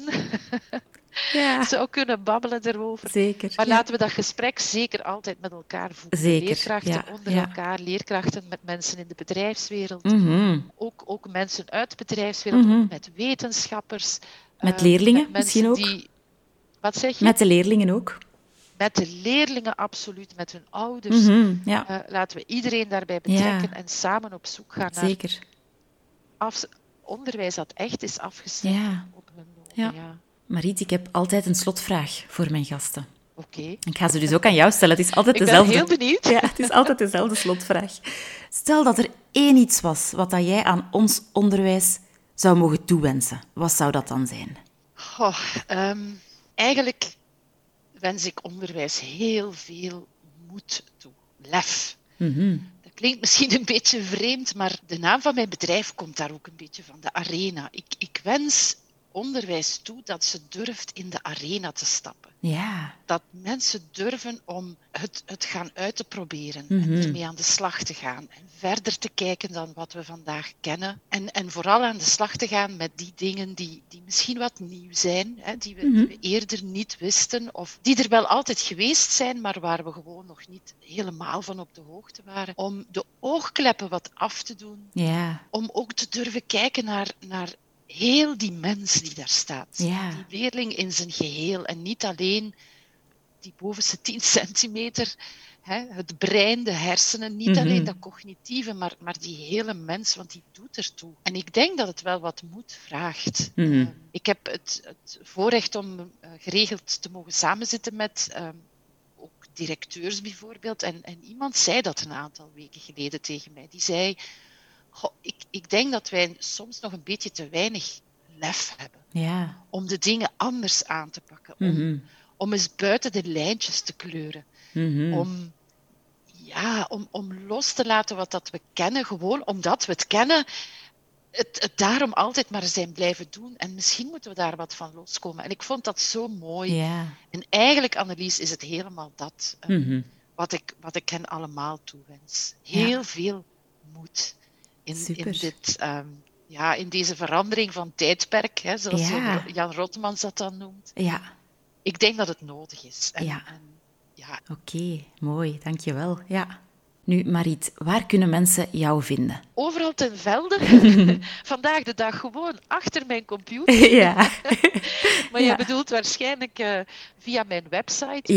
zou kunnen babbelen erover. Zeker. Maar laten we dat gesprek zeker altijd met elkaar voeren. Zeker. Leerkrachten onder elkaar, leerkrachten met mensen in de bedrijfswereld. Ook mensen uit de bedrijfswereld, ook met wetenschappers. Met leerlingen met misschien ook? Wat zeg je? Met de leerlingen ook. Met de leerlingen absoluut, met hun ouders. Laten we iedereen daarbij betrekken en samen op zoek gaan naar onderwijs dat echt is afgestemd op hun noden. Mariet, ik heb altijd een slotvraag voor mijn gasten. Oké. Ik ga ze dus ook aan jou stellen. Het is altijd dezelfde. Ik ben heel benieuwd. Ja, het is altijd dezelfde slotvraag. Stel dat er één iets was wat dat jij aan ons onderwijs zou mogen toewensen. Wat zou dat dan zijn? Eigenlijk wens ik onderwijs heel veel moed toe. Lef. Dat klinkt misschien een beetje vreemd, maar de naam van mijn bedrijf komt daar ook een beetje van. De arena. Ik wens onderwijs toe dat ze durft in de arena te stappen. Ja. Dat mensen durven om het gaan uit te proberen en ermee aan de slag te gaan. En verder te kijken dan wat we vandaag kennen. En vooral aan de slag te gaan met die dingen die misschien wat nieuw zijn, hè, die we eerder niet wisten. Of die er wel altijd geweest zijn, maar waar we gewoon nog niet helemaal van op de hoogte waren. Om de oogkleppen wat af te doen. Ja. Om ook te durven kijken naar heel die mens die daar staat. Ja. Die leerling in zijn geheel. En niet alleen die bovenste 10 centimeter, het brein, de hersenen, niet alleen dat cognitieve, maar die hele mens, want die doet ertoe. En ik denk dat het wel wat moed vraagt. Ik heb het voorrecht om geregeld te mogen samenzitten met ook directeurs bijvoorbeeld. En iemand zei dat een aantal weken geleden tegen mij. Die zei, ik denk dat wij soms nog een beetje te weinig lef hebben om de dingen anders aan te pakken. Om eens buiten de lijntjes te kleuren. Om los te laten wat dat we kennen, gewoon omdat we het kennen, het daarom altijd maar zijn blijven doen. En misschien moeten we daar wat van loskomen. En ik vond dat zo mooi. En eigenlijk, Annelies, is het helemaal dat wat ik hen allemaal toewens. Heel veel moed in deze verandering van tijdperk, zoals Jan Rotmans dat dan noemt. Ik denk dat het nodig is. Oké, mooi, dankjewel. Nu, Mariet, waar kunnen mensen jou vinden? Overal ten velde. Vandaag de dag gewoon achter mijn computer. Maar je bedoelt waarschijnlijk via mijn website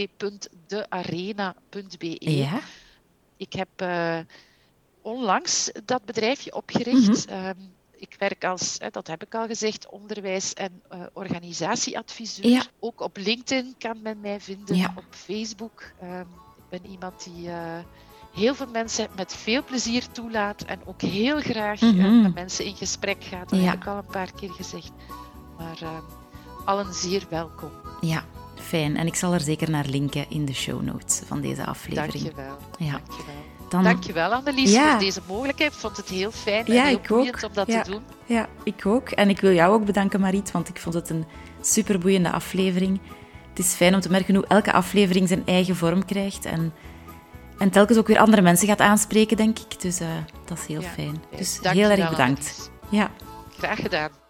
www.dearena.be. Ik heb onlangs dat bedrijfje opgericht. Ik werk als, dat heb ik al gezegd, onderwijs- en organisatieadviseur. Ook op LinkedIn kan men mij vinden, op Facebook. Ik ben iemand die heel veel mensen met veel plezier toelaat en ook heel graag met mensen in gesprek gaat. Dat heb ik al een paar keer gezegd. Maar allen zeer welkom. Ja, fijn. En ik zal er zeker naar linken in de show notes van deze aflevering. Dankjewel. Dankjewel, Annelies, voor deze mogelijkheid. Ik vond het heel fijn en heel boeiend om dat te doen. Ja, ik ook. En ik wil jou ook bedanken, Mariet, want ik vond het een superboeiende aflevering. Het is fijn om te merken hoe elke aflevering zijn eigen vorm krijgt en telkens ook weer andere mensen gaat aanspreken, denk ik. Dus dat is heel fijn. Dus heel erg bedankt. Graag gedaan.